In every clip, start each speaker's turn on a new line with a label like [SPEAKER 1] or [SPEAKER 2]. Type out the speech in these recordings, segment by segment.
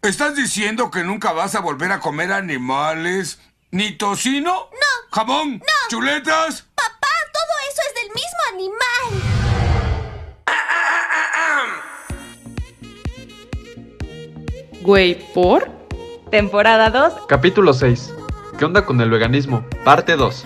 [SPEAKER 1] ¿Estás diciendo que nunca vas a volver a comer animales? ¿Ni tocino?
[SPEAKER 2] No.
[SPEAKER 1] ¿Jamón?
[SPEAKER 2] No.
[SPEAKER 1] ¿Chuletas?
[SPEAKER 2] Papá, todo eso es del mismo animal.
[SPEAKER 3] Güey, ¿por?
[SPEAKER 4] Temporada 2.
[SPEAKER 5] Capítulo 6. ¿Qué onda con el veganismo? Parte 2.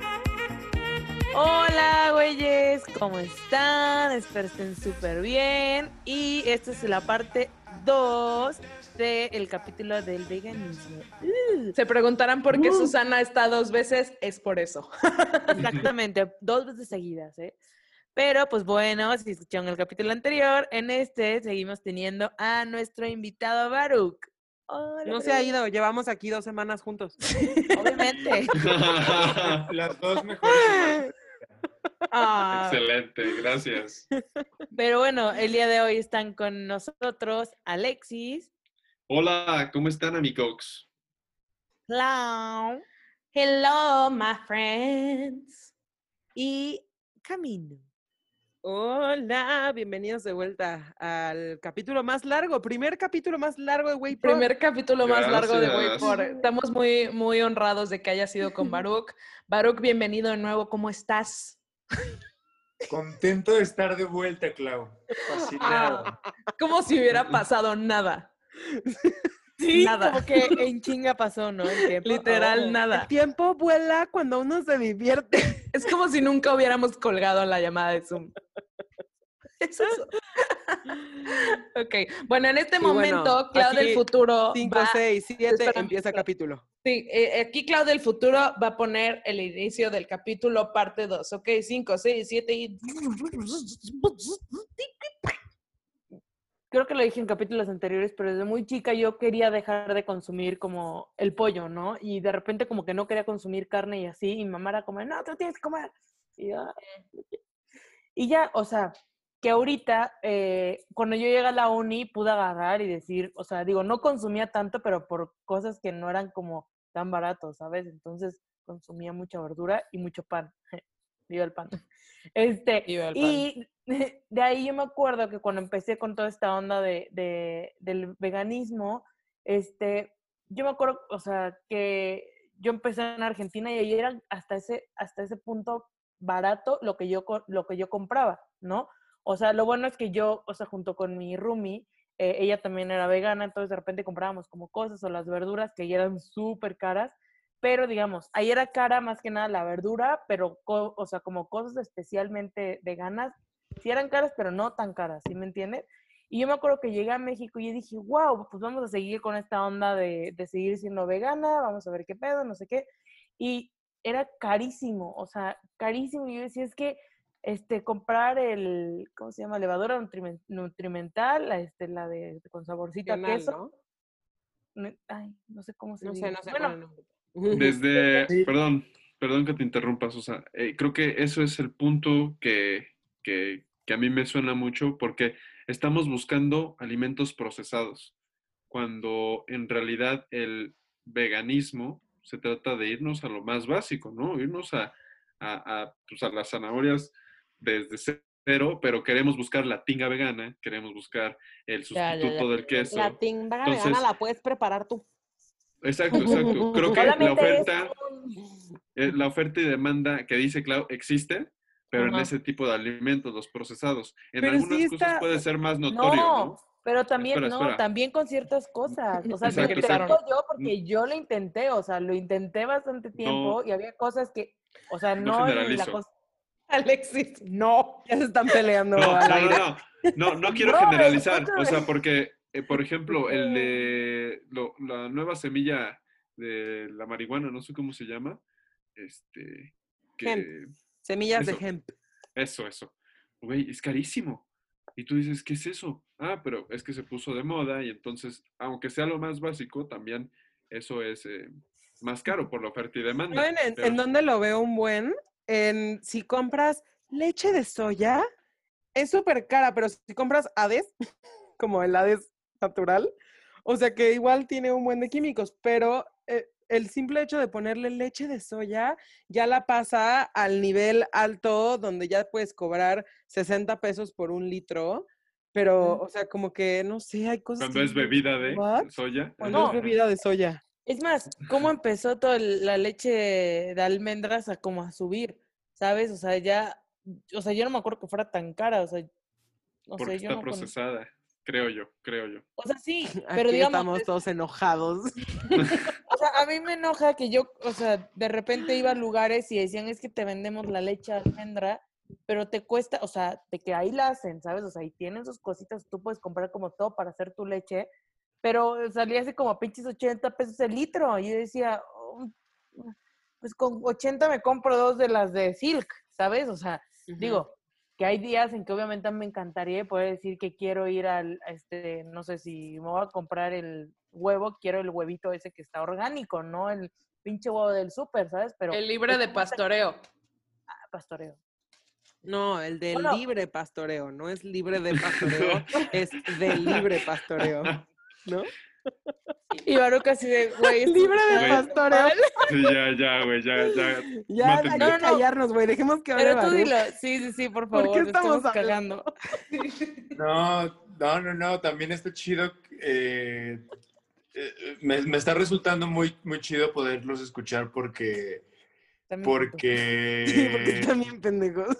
[SPEAKER 4] Hola, güeyes, ¿cómo están? Espero estén súper bien. Y esta es la parte 2 del capítulo del veganismo.
[SPEAKER 3] Se preguntarán por qué Susana está 2 veces, es por eso.
[SPEAKER 4] Exactamente, 2 veces seguidas, ¿eh? Pero pues bueno, si escucharon el capítulo anterior, en este seguimos teniendo a nuestro invitado Baruch. Hola,
[SPEAKER 6] No se ha
[SPEAKER 4] Baruch.
[SPEAKER 6] ido, llevamos aquí 2 semanas juntos.
[SPEAKER 4] Obviamente.
[SPEAKER 7] Las 2 mejores semanas.
[SPEAKER 4] Ah,
[SPEAKER 7] Excelente, gracias.
[SPEAKER 4] pero bueno, el día de hoy están con nosotros Alexis,
[SPEAKER 7] Hola, ¿cómo están, amigos?
[SPEAKER 4] Clown
[SPEAKER 3] Hello, my friends.
[SPEAKER 4] y Camino.
[SPEAKER 6] Hola, bienvenidos de vuelta al capítulo más largo, primer capítulo más largo de Waypod.
[SPEAKER 3] Primer capítulo más largo de
[SPEAKER 7] Gracias.
[SPEAKER 3] Waypod. Estamos muy, muy honrados de que haya sido con Baruch. Baruch, bienvenido de nuevo. ¿Cómo estás?
[SPEAKER 8] Contento de estar de vuelta, Clau. Fascinado.
[SPEAKER 3] Como si hubiera pasado nada.
[SPEAKER 4] Sí,
[SPEAKER 3] Nada.
[SPEAKER 4] como que en chinga pasó, ¿no? El tiempo.
[SPEAKER 3] Literal,
[SPEAKER 4] Oh.
[SPEAKER 3] nada.
[SPEAKER 6] El tiempo vuela cuando uno se divierte.
[SPEAKER 3] Es como si nunca hubiéramos colgado la llamada de Zoom. Es eso. Ok, bueno, en este momento, Clau del futuro
[SPEAKER 6] 5,
[SPEAKER 3] va...
[SPEAKER 6] 6, 7,
[SPEAKER 3] Espérame,
[SPEAKER 6] empieza
[SPEAKER 3] espérame.
[SPEAKER 6] capítulo.
[SPEAKER 3] Sí, aquí Clau del futuro va a poner el inicio del capítulo parte 2, ¿ok? 5, 6, 7 y...
[SPEAKER 4] Creo que lo dije en capítulos anteriores, pero desde muy chica yo quería dejar de consumir como el pollo, ¿no? Y de repente como que no quería consumir carne y así, y mi mamá era como, no, tú tienes que comer. Y ya, o sea, que ahorita, cuando yo llegué a la uni, pude agarrar y decir, o sea, digo, no consumía tanto, pero por cosas que no eran como tan baratos, ¿sabes? Entonces consumía mucha verdura y mucho pan. Viva el pan.
[SPEAKER 3] Viva el pan.
[SPEAKER 4] Y de ahí yo me acuerdo que cuando empecé con toda esta onda del veganismo, yo me acuerdo, o sea, que yo empecé en Argentina y ahí era hasta ese punto barato lo que yo compraba, ¿no? O sea, lo bueno es que yo, o sea, junto con mi roomie, ella también era vegana, entonces de repente comprábamos como cosas o las verduras que ya eran súper caras, pero digamos, ahí era cara más que nada la verdura, pero, o sea, como cosas especialmente veganas, sí eran caras, pero no tan caras, ¿sí me entiendes? Y yo me acuerdo que llegué a México y yo dije, wow, pues vamos a seguir con esta onda de seguir siendo vegana, vamos a ver qué pedo, no sé qué. Y era carísimo, o sea, carísimo. Y yo decía, es que comprar ¿cómo se llama? Levadura nutrimental, la con saborcito a
[SPEAKER 6] Nacional,
[SPEAKER 4] queso.
[SPEAKER 6] ¿no?
[SPEAKER 4] Ay, no sé cómo se
[SPEAKER 6] No
[SPEAKER 4] dice.
[SPEAKER 6] sé
[SPEAKER 4] Bueno,
[SPEAKER 6] cuál es el nombre.
[SPEAKER 7] Desde,
[SPEAKER 8] Sí.
[SPEAKER 7] perdón que te interrumpas, o sea, creo que eso es el punto que a mí me suena mucho porque estamos buscando alimentos procesados, cuando en realidad el veganismo se trata de irnos a lo más básico, ¿no? Irnos pues a las zanahorias desde cero, pero queremos buscar la tinga vegana, queremos buscar el
[SPEAKER 4] ya.
[SPEAKER 7] sustituto del queso.
[SPEAKER 6] La timba vegana
[SPEAKER 7] Entonces,
[SPEAKER 6] la puedes preparar tú.
[SPEAKER 7] exacto, exacto. Creo que
[SPEAKER 4] Solamente
[SPEAKER 7] la oferta y demanda que dice Clau existe, pero en
[SPEAKER 4] Ajá.
[SPEAKER 7] ese tipo de alimentos, los procesados. En
[SPEAKER 6] Pero sí
[SPEAKER 7] algunas cosas
[SPEAKER 6] está...
[SPEAKER 7] puede ser más notorio,
[SPEAKER 4] No,
[SPEAKER 7] ¿no?
[SPEAKER 4] pero también,
[SPEAKER 7] Espera.
[SPEAKER 4] también con ciertas cosas. O sea, te
[SPEAKER 7] Exacto,
[SPEAKER 4] lo digo
[SPEAKER 7] exacto.
[SPEAKER 4] yo porque yo lo intenté, o sea, lo intenté bastante tiempo
[SPEAKER 7] No,
[SPEAKER 4] y había cosas que, o sea,
[SPEAKER 7] no
[SPEAKER 4] no la
[SPEAKER 7] generalizo.
[SPEAKER 4] cosa.
[SPEAKER 3] Alexis, no.
[SPEAKER 6] Ya se están peleando
[SPEAKER 7] No,
[SPEAKER 6] al
[SPEAKER 7] no,
[SPEAKER 6] aire.
[SPEAKER 7] no quiero
[SPEAKER 4] No,
[SPEAKER 7] generalizar. O
[SPEAKER 4] escúchame.
[SPEAKER 7] sea, porque, por ejemplo, el de la nueva semilla de la marihuana, no sé cómo se llama,
[SPEAKER 6] Hemp.
[SPEAKER 7] que
[SPEAKER 6] Semillas de
[SPEAKER 7] eso,
[SPEAKER 6] hemp.
[SPEAKER 7] eso. Güey, es carísimo. Y tú dices, ¿qué es eso? Ah, pero es que se puso de moda y entonces, aunque sea lo más básico, también eso es más caro por la oferta y demanda.
[SPEAKER 6] ¿Saben en
[SPEAKER 7] Pero
[SPEAKER 6] dónde lo veo un buen? Si compras leche de soya, es súper cara, pero si compras Hades, como el Hades natural, o sea que igual tiene un buen de químicos, pero el simple hecho de ponerle leche de soya ya la pasa al nivel alto donde ya puedes cobrar 60 pesos por un litro Pero, o sea, como que, no sé, hay cosas
[SPEAKER 7] Cuando
[SPEAKER 6] que
[SPEAKER 7] es
[SPEAKER 6] digo,
[SPEAKER 7] bebida de
[SPEAKER 6] ¿what?
[SPEAKER 7] soya.
[SPEAKER 6] Cuando es
[SPEAKER 4] No.
[SPEAKER 6] bebida de soya.
[SPEAKER 4] Es más, ¿cómo empezó toda la leche de almendras a como a subir? ¿Sabes? O sea, yo no me acuerdo que fuera tan cara, o sea, no
[SPEAKER 7] Porque
[SPEAKER 4] sé, yo
[SPEAKER 7] está
[SPEAKER 4] no con...
[SPEAKER 7] procesada, creo yo.
[SPEAKER 4] O sea, sí, pero
[SPEAKER 6] Aquí
[SPEAKER 4] digamos,
[SPEAKER 6] estamos todos enojados.
[SPEAKER 4] o sea, a mí me enoja que yo, o sea, de repente iba a lugares y decían, es que te vendemos la leche de almendra, pero te cuesta, o sea, de que ahí la hacen, ¿sabes? O sea, y tienen sus cositas, tú puedes comprar como todo para hacer tu leche, pero salía así como pinches 80 pesos el litro. Y yo decía, pues con 80 me compro 2 de las de Silk, ¿sabes? O sea, digo, que hay días en que obviamente me encantaría poder decir que quiero ir no sé si me voy a comprar el huevo, quiero el huevito ese que está orgánico, no el pinche huevo del súper, ¿sabes? Pero
[SPEAKER 3] El libre de pastoreo.
[SPEAKER 4] pastoreo.
[SPEAKER 6] No, el de
[SPEAKER 4] Bueno.
[SPEAKER 6] libre pastoreo, no es libre de pastoreo, es de libre pastoreo, ¿no?
[SPEAKER 4] Y Baruca así de, güey, esto
[SPEAKER 6] Libre de
[SPEAKER 4] está
[SPEAKER 6] pastoreo.
[SPEAKER 4] mal.
[SPEAKER 7] Sí, ya, güey, ya.
[SPEAKER 6] Ya hay
[SPEAKER 7] Mátenme.
[SPEAKER 6] que callarnos, güey, dejemos que hable
[SPEAKER 4] Pero tú
[SPEAKER 6] Baruch.
[SPEAKER 4] dilo, sí, por
[SPEAKER 6] ¿Por qué
[SPEAKER 4] favor,
[SPEAKER 6] estamos
[SPEAKER 4] estamos cagando.
[SPEAKER 8] No, también está chido. Me está resultando muy, muy chido poderlos escuchar porque,
[SPEAKER 4] También puto.
[SPEAKER 6] Sí, porque
[SPEAKER 8] porque,
[SPEAKER 6] también pendejos.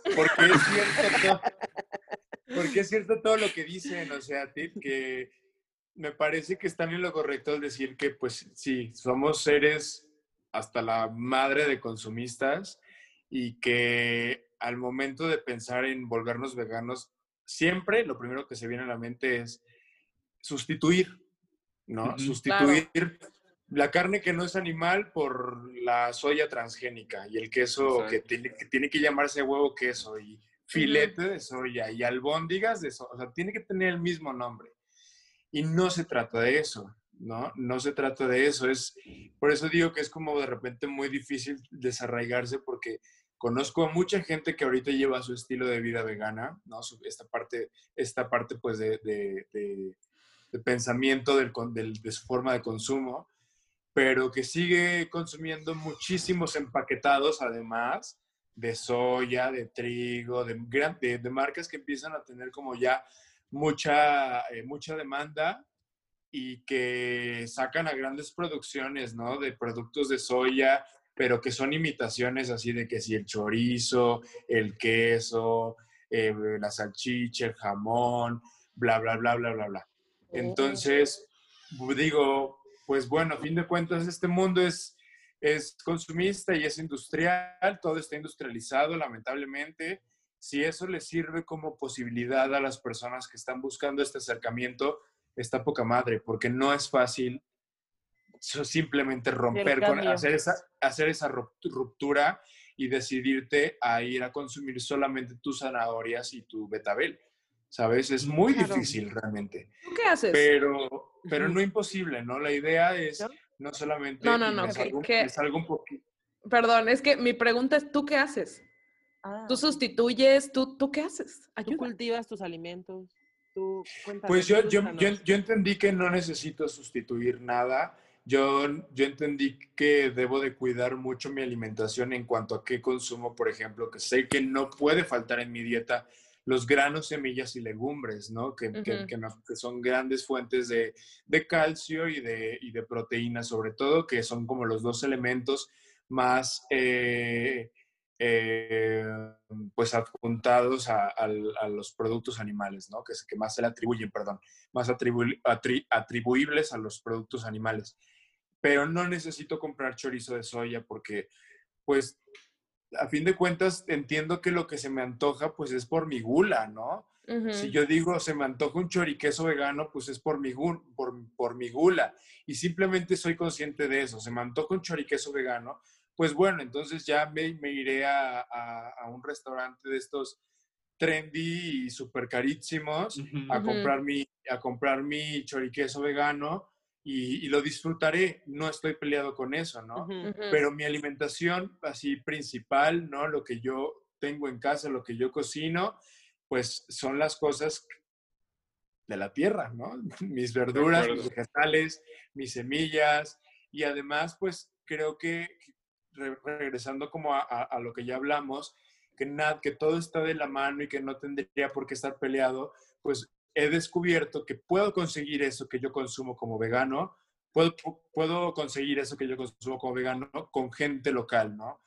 [SPEAKER 8] porque es cierto todo lo que dicen, o sea, que me parece que están en lo correcto al decir que, pues sí, somos seres hasta la madre de consumistas y que al momento de pensar en volvernos veganos, siempre lo primero que se viene a la mente es sustituir, ¿no?
[SPEAKER 3] Claro.
[SPEAKER 8] Sustituir la carne que no es animal por la soya transgénica y el queso que tiene que llamarse huevo queso y filete de soya y albóndigas de soya, o sea, tiene que tener el mismo nombre. Y no se trata de eso, ¿no? No se trata de eso. Por eso digo que es como de repente muy difícil desarraigarse porque conozco a mucha gente que ahorita lleva su estilo de vida vegana, ¿no? Esta parte pues de pensamiento de su forma de consumo, pero que sigue consumiendo muchísimos empaquetados además de soya, de trigo, de marcas que empiezan a tener como ya mucha demanda y que sacan a grandes producciones, ¿no? De productos de soya, pero que son imitaciones así de que si el chorizo, el queso, la salchicha, el jamón, bla, bla, bla, bla, bla, bla. Entonces, digo, pues bueno, a fin de cuentas, este mundo es consumista y es industrial, todo está industrializado, lamentablemente. Si eso le sirve como posibilidad a las personas que están buscando este acercamiento, está poca madre, porque no es fácil simplemente romper, hacer esa ruptura y decidirte a ir a consumir solamente tus zanahorias y tu betabel. ¿Sabes? Es muy difícil realmente.
[SPEAKER 3] ¿Tú qué haces?
[SPEAKER 8] Pero no imposible, ¿no? La idea es no solamente...
[SPEAKER 3] No,
[SPEAKER 8] es algo un poquito...
[SPEAKER 3] Perdón, es que mi pregunta es, ¿tú qué haces? ¿Tú sustituyes? ¿Tú qué haces?
[SPEAKER 6] Tú cultivas tus alimentos.
[SPEAKER 8] Pues yo entendí que no necesito sustituir nada. Yo entendí que debo de cuidar mucho mi alimentación en cuanto a qué consumo, por ejemplo, que sé que no puede faltar en mi dieta los granos, semillas y legumbres, ¿no? Que son grandes fuentes de calcio y de proteína, sobre todo, que son como los dos elementos más... pues adjuntados a los productos animales, ¿no? Que más se le atribuyen, perdón, más atribuibles a los productos animales. Pero no necesito comprar chorizo de soya porque, pues, a fin de cuentas, entiendo que lo que se me antoja, pues, es por mi gula, ¿no? Si yo digo, se me antoja un choriqueso vegano, pues es por mi gula. Y simplemente soy consciente de eso. Se me antoja un choriqueso vegano, pues bueno, entonces ya me iré a un restaurante de estos trendy y súper carísimos a comprar mi choriqueso vegano y lo disfrutaré. No estoy peleado con eso, ¿no? Pero mi alimentación así principal, ¿no? Lo que yo tengo en casa, lo que yo cocino, pues son las cosas de la tierra, ¿no? Mis verduras, mis vegetales, mis semillas y además, pues creo que regresando como a lo que ya hablamos, que todo está de la mano y que no tendría por qué estar peleado, pues he descubierto que puedo conseguir eso que yo consumo como vegano, puedo conseguir eso que yo consumo como vegano con gente local, ¿no?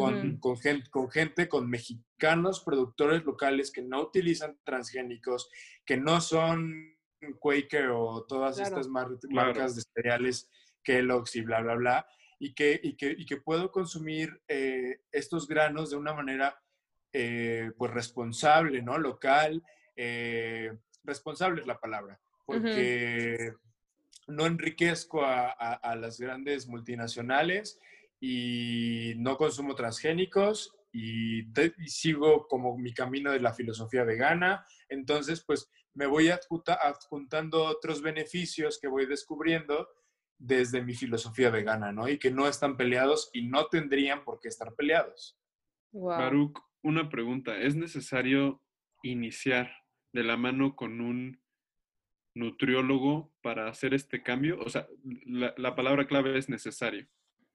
[SPEAKER 8] Con mexicanos, productores locales que no utilizan transgénicos, que no son Quaker o todas estas marcas de cereales, Kellogg's y bla, bla, bla, y que puedo consumir estos granos de una manera pues responsable, ¿no? Local, responsable es la palabra, porque no enriquezco a las grandes multinacionales y no consumo transgénicos y sigo como mi camino de la filosofía vegana. Entonces, pues me voy adjuntando otros beneficios que voy descubriendo desde mi filosofía vegana, ¿no? Y que no están peleados y no tendrían por qué estar peleados.
[SPEAKER 3] Wow.
[SPEAKER 7] Baruch, una pregunta. ¿Es necesario iniciar de la mano con un nutriólogo para hacer este cambio? O sea, la palabra clave es necesario.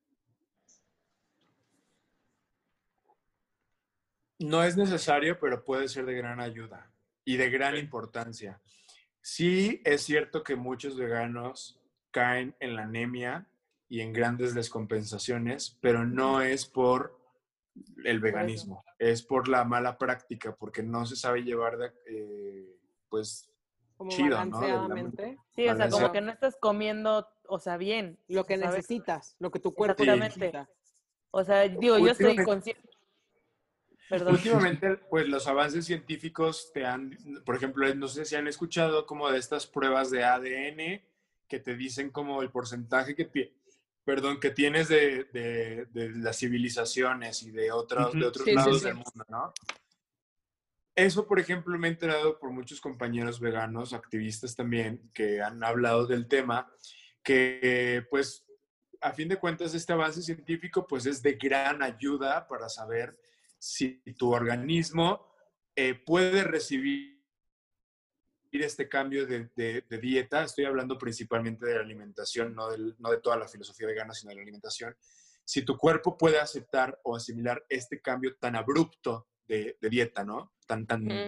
[SPEAKER 8] No es necesario, pero puede ser de gran ayuda y de gran importancia. Sí, es cierto que muchos veganos caen en la anemia y en grandes descompensaciones, pero no es por el veganismo, es por la mala práctica, porque no se sabe llevar pues
[SPEAKER 4] como
[SPEAKER 8] chido,
[SPEAKER 4] balanceadamente. ¿No? Sí, o sea, como que no estás comiendo, o sea, bien.
[SPEAKER 6] Lo que
[SPEAKER 4] ¿sabes?
[SPEAKER 6] necesitas, lo que tu cuerpo necesita.
[SPEAKER 4] O sea, digo, yo estoy consciente. Perdón.
[SPEAKER 8] Últimamente, pues los avances científicos por ejemplo, no sé si han escuchado como de estas pruebas de ADN que te dicen como el porcentaje que tienes de las civilizaciones y de otros lados del mundo, ¿no? Eso, por ejemplo, me he enterado por muchos compañeros veganos, activistas también, que han hablado del tema, que pues a fin de cuentas este avance científico pues es de gran ayuda para saber si tu organismo puede recibir este cambio de dieta. Estoy hablando principalmente de la alimentación, no de toda la filosofía vegana, sino de la alimentación. Si tu cuerpo puede aceptar o asimilar este cambio tan abrupto de dieta, ¿no? Tan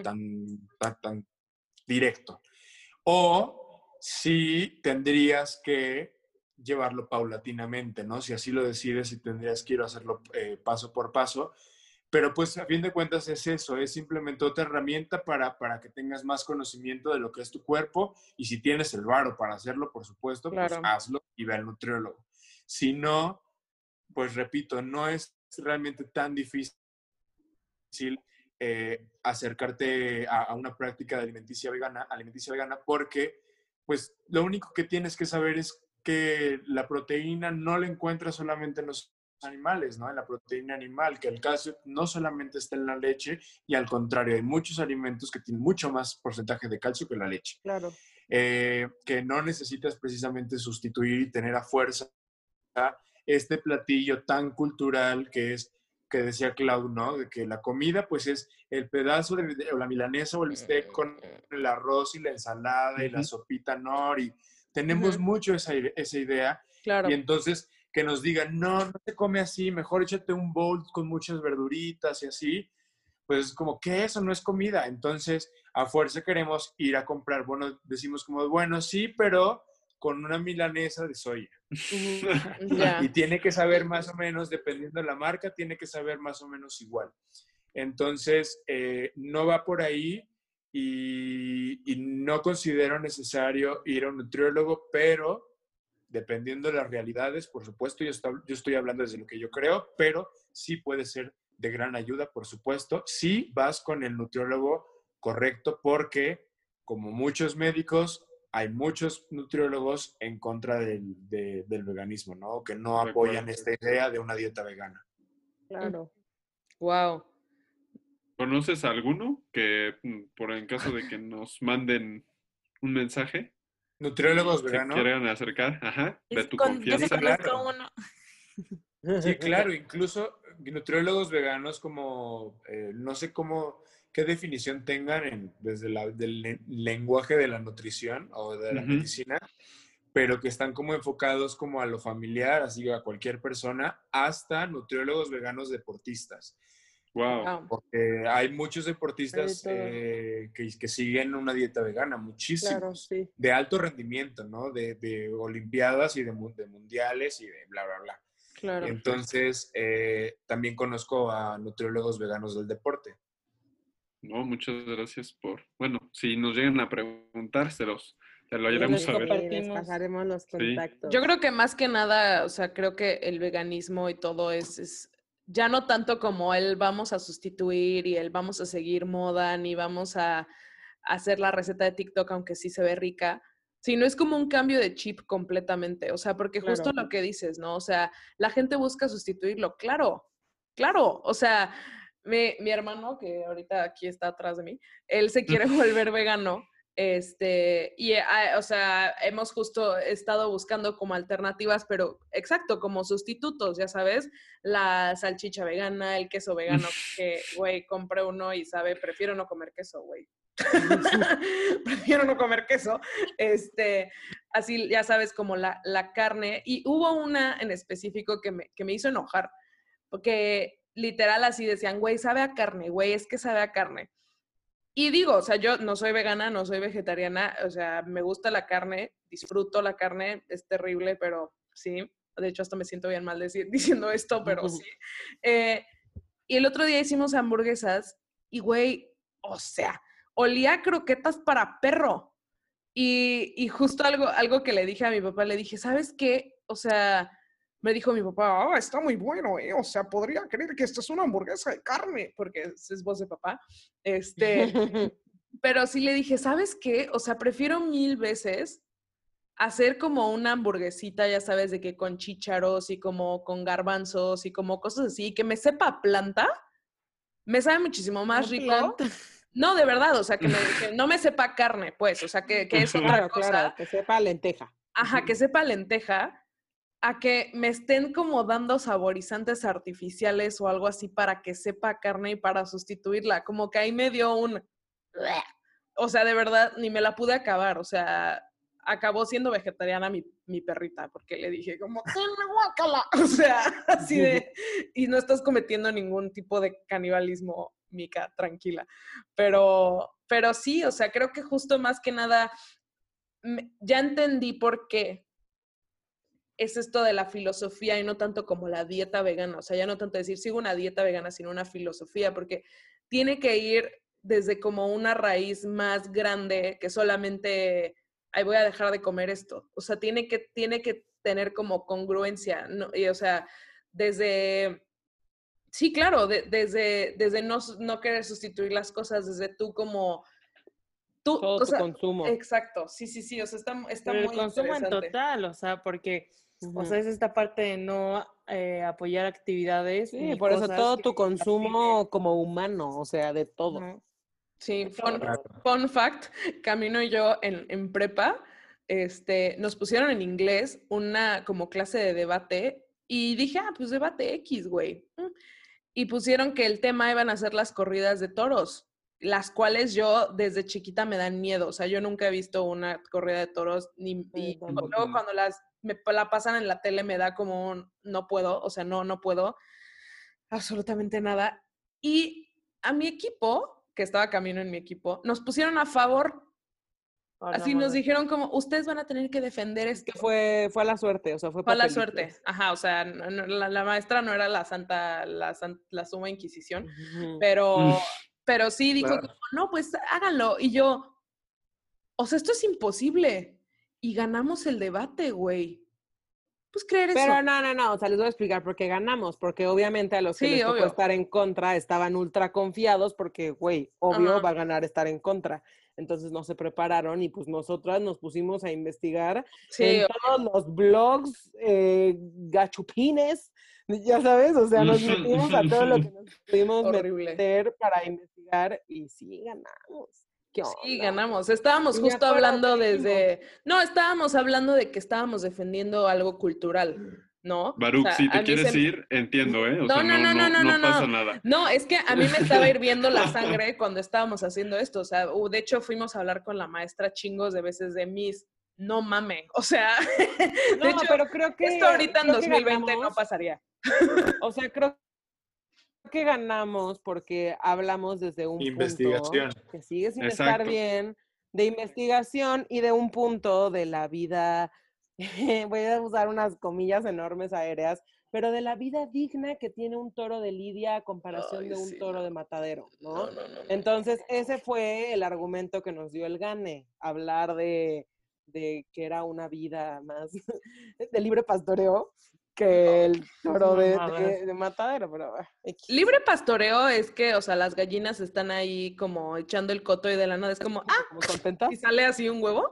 [SPEAKER 8] directo. O si tendrías que llevarlo paulatinamente, ¿no? Si así lo decides y tendrías que ir a hacerlo paso por paso. Pero pues a fin de cuentas es eso, es simplemente otra herramienta para que tengas más conocimiento de lo que es tu cuerpo y si tienes el varo para hacerlo, por supuesto, pues hazlo y ve al nutriólogo. Si no, pues repito, no es realmente tan difícil acercarte a una práctica de alimenticia vegana porque pues lo único que tienes que saber es que la proteína no la encuentras solamente en los animales, ¿no? En la proteína animal, que el calcio no solamente está en la leche y al contrario, hay muchos alimentos que tienen mucho más porcentaje de calcio que la leche.
[SPEAKER 4] Claro.
[SPEAKER 8] Que no necesitas precisamente sustituir y tener a fuerza este platillo tan cultural que decía Clau, ¿no? De que la comida pues es el pedazo o la milanesa o el bistec con el arroz y la ensalada y la sopita nori. Tenemos mucho esa idea.
[SPEAKER 4] Claro.
[SPEAKER 8] Y entonces que nos digan, no se come así, mejor échate un bowl con muchas verduritas y así, pues como que eso no es comida. Entonces, a fuerza queremos ir a comprar, bueno, decimos como, bueno, sí, pero con una milanesa de soya. Y tiene que saber más o menos, dependiendo de la marca, tiene que saber más o menos igual. Entonces, no va por ahí y no considero necesario ir a un nutriólogo, pero dependiendo de las realidades, por supuesto, yo estoy hablando desde lo que yo creo, pero sí puede ser de gran ayuda, por supuesto, si vas con el nutriólogo correcto, porque como muchos médicos, hay muchos nutriólogos en contra del veganismo, ¿no? Que no apoyan esta idea de una dieta vegana.
[SPEAKER 4] Claro.
[SPEAKER 3] Wow.
[SPEAKER 7] ¿Conoces a alguno que, en caso de que nos manden un mensaje?
[SPEAKER 8] ¿Nutriólogos veganos?
[SPEAKER 7] ¿Se quieran acercar? Ajá, de tu confianza.
[SPEAKER 4] Yo sí conozco uno.
[SPEAKER 8] Sí, claro, incluso nutriólogos veganos como, no sé qué definición tengan desde del lenguaje de la nutrición o de la medicina, pero que están como enfocados como a lo familiar, así a cualquier persona, hasta nutriólogos veganos deportistas.
[SPEAKER 7] Wow.
[SPEAKER 8] Porque hay muchos deportistas que siguen una dieta vegana, muchísimos.
[SPEAKER 6] Claro, sí.
[SPEAKER 8] De alto rendimiento, ¿no? De olimpiadas y de mundiales y de bla, bla, bla.
[SPEAKER 6] Claro.
[SPEAKER 8] Entonces, también conozco a nutriólogos veganos del deporte.
[SPEAKER 7] No, muchas gracias bueno, si nos llegan a preguntar, te lo haremos saber.
[SPEAKER 6] Les pasaremos los contactos.
[SPEAKER 3] Yo creo que más que nada, o sea, creo que el veganismo y todo es ya no tanto como el vamos a sustituir y el vamos a seguir moda, ni vamos a hacer la receta de TikTok, aunque sí se ve rica, sino es como un cambio de chip completamente, o sea, porque justo lo que dices, ¿no? O sea, la gente busca sustituirlo, claro, o sea, mi hermano, que ahorita aquí está atrás de mí, él se quiere volver vegano, o sea, hemos justo estado buscando como alternativas, pero exacto, como sustitutos, ya sabes, la salchicha vegana, el queso vegano, que, güey, compré uno y prefiero no comer queso, güey. Prefiero no comer queso. Así, ya sabes, como la carne. Y hubo una en específico que me hizo enojar, porque literal así decían, güey, sabe a carne, güey, es que sabe a carne. Y digo, o sea, yo no soy vegana, no soy vegetariana, o sea, me gusta la carne, disfruto la carne, es terrible, pero sí. De hecho, hasta me siento bien mal diciendo esto, pero sí. Y el otro día hicimos hamburguesas y, güey, o sea, olía a croquetas para perro. Y justo algo que le dije a mi papá, le dije, ¿sabes qué? O sea, me dijo mi papá, está muy bueno, o sea, podría creer que esto es una hamburguesa de carne, porque es voz de papá. Pero sí le dije, ¿sabes qué? O sea, prefiero 1000 veces hacer como una hamburguesita, ya sabes, de que con chícharos y como con garbanzos y como cosas así, que me sepa a planta, me sabe muchísimo más rico. Planta. No, de verdad, o sea, que no me sepa carne, pues, o sea, que es otra cosa.
[SPEAKER 6] Claro, que sepa lenteja.
[SPEAKER 3] Ajá, que sepa lenteja, a que me estén como dando saborizantes artificiales o algo así para que sepa carne y para sustituirla. Como que ahí me dio un... O sea, de verdad, ni me la pude acabar. O sea, acabó siendo vegetariana mi perrita, porque le dije como, ¡tenme guácala! O sea, así de... Y no estás cometiendo ningún tipo de canibalismo, Mica, tranquila. Pero sí, o sea, creo que justo más que nada, ya entendí por qué es esto de la filosofía y no tanto como la dieta vegana. O sea, ya no tanto decir sigo una dieta vegana, sino una filosofía, porque tiene que ir desde como una raíz más grande que solamente, ay, voy a dejar de comer esto. O sea, tiene que tener como congruencia, ¿no? Y, o sea, desde... Sí, claro, desde no querer sustituir las cosas, desde tú como...
[SPEAKER 6] Todo tu consumo.
[SPEAKER 3] Exacto, sí, o sea, está
[SPEAKER 4] pero
[SPEAKER 3] muy
[SPEAKER 4] el consumo
[SPEAKER 3] interesante.
[SPEAKER 4] en total, o sea, porque, o sea, es esta parte de no apoyar actividades.
[SPEAKER 6] Sí, por eso todo tu consumo como humano, o sea, de todo.
[SPEAKER 4] No.
[SPEAKER 3] Sí, fun fact, Camino y yo en prepa, nos pusieron en inglés una como clase de debate y dije, pues debate X, güey. Y pusieron que el tema iban a ser las corridas de toros, las cuales yo desde chiquita me dan miedo. O sea, yo nunca he visto una corrida de toros, y luego cuando me la pasan en la tele me da como no puedo, o sea, no puedo absolutamente nada. Y a mi equipo, que estaba Camino en mi equipo, nos pusieron a favor. Así nos dijeron como, ustedes van a tener que defender esto.
[SPEAKER 6] Que fue a la suerte, o sea, fue
[SPEAKER 3] a la suerte. Ajá, o sea, la maestra no era la suma inquisición, pero sí dijo, claro, como, no, pues háganlo. Y yo, o sea, esto es imposible. Y ganamos el debate, güey. Pues creer eso.
[SPEAKER 6] Pero no, o sea, les voy a explicar por qué ganamos, porque obviamente a los que les tocó estar en contra estaban ultra confiados porque, güey, obvio va a ganar estar en contra. Entonces no se prepararon y pues nosotras nos pusimos a investigar en todos los blogs, gachupines, ya sabes, o sea, nos metimos a todo lo que nos pudimos meter para investigar y sí ganamos.
[SPEAKER 3] Sí, ganamos. Estábamos justo hablando estábamos hablando de que estábamos defendiendo algo cultural, ¿no?
[SPEAKER 7] Baruch, o sea, si te quieres ir, entiendo, ¿eh? O sea, no pasa nada.
[SPEAKER 3] No, es que a mí me estaba hirviendo la sangre cuando estábamos haciendo esto. O sea, de hecho fuimos a hablar con la maestra chingos de veces de Miss. No mame. O sea, de hecho,
[SPEAKER 6] pero creo que
[SPEAKER 3] esto ahorita en 2020 no pasaría.
[SPEAKER 6] O sea, creo que ganamos porque hablamos desde un
[SPEAKER 8] Investigación.
[SPEAKER 6] punto que sigue sin estar bien, de investigación y de un punto de la vida, voy a usar unas comillas enormes aéreas, pero de la vida digna que tiene un toro de lidia a comparación de un toro de matadero, ¿no? Entonces, ese fue el argumento que nos dio el Gane, hablar de que era una vida más de libre pastoreo que el toro de matadero, pero
[SPEAKER 3] libre pastoreo es que, o sea, las gallinas están ahí como echando el coto y de la nada es como,
[SPEAKER 6] ¿contentas?
[SPEAKER 3] ¿y sale así un huevo?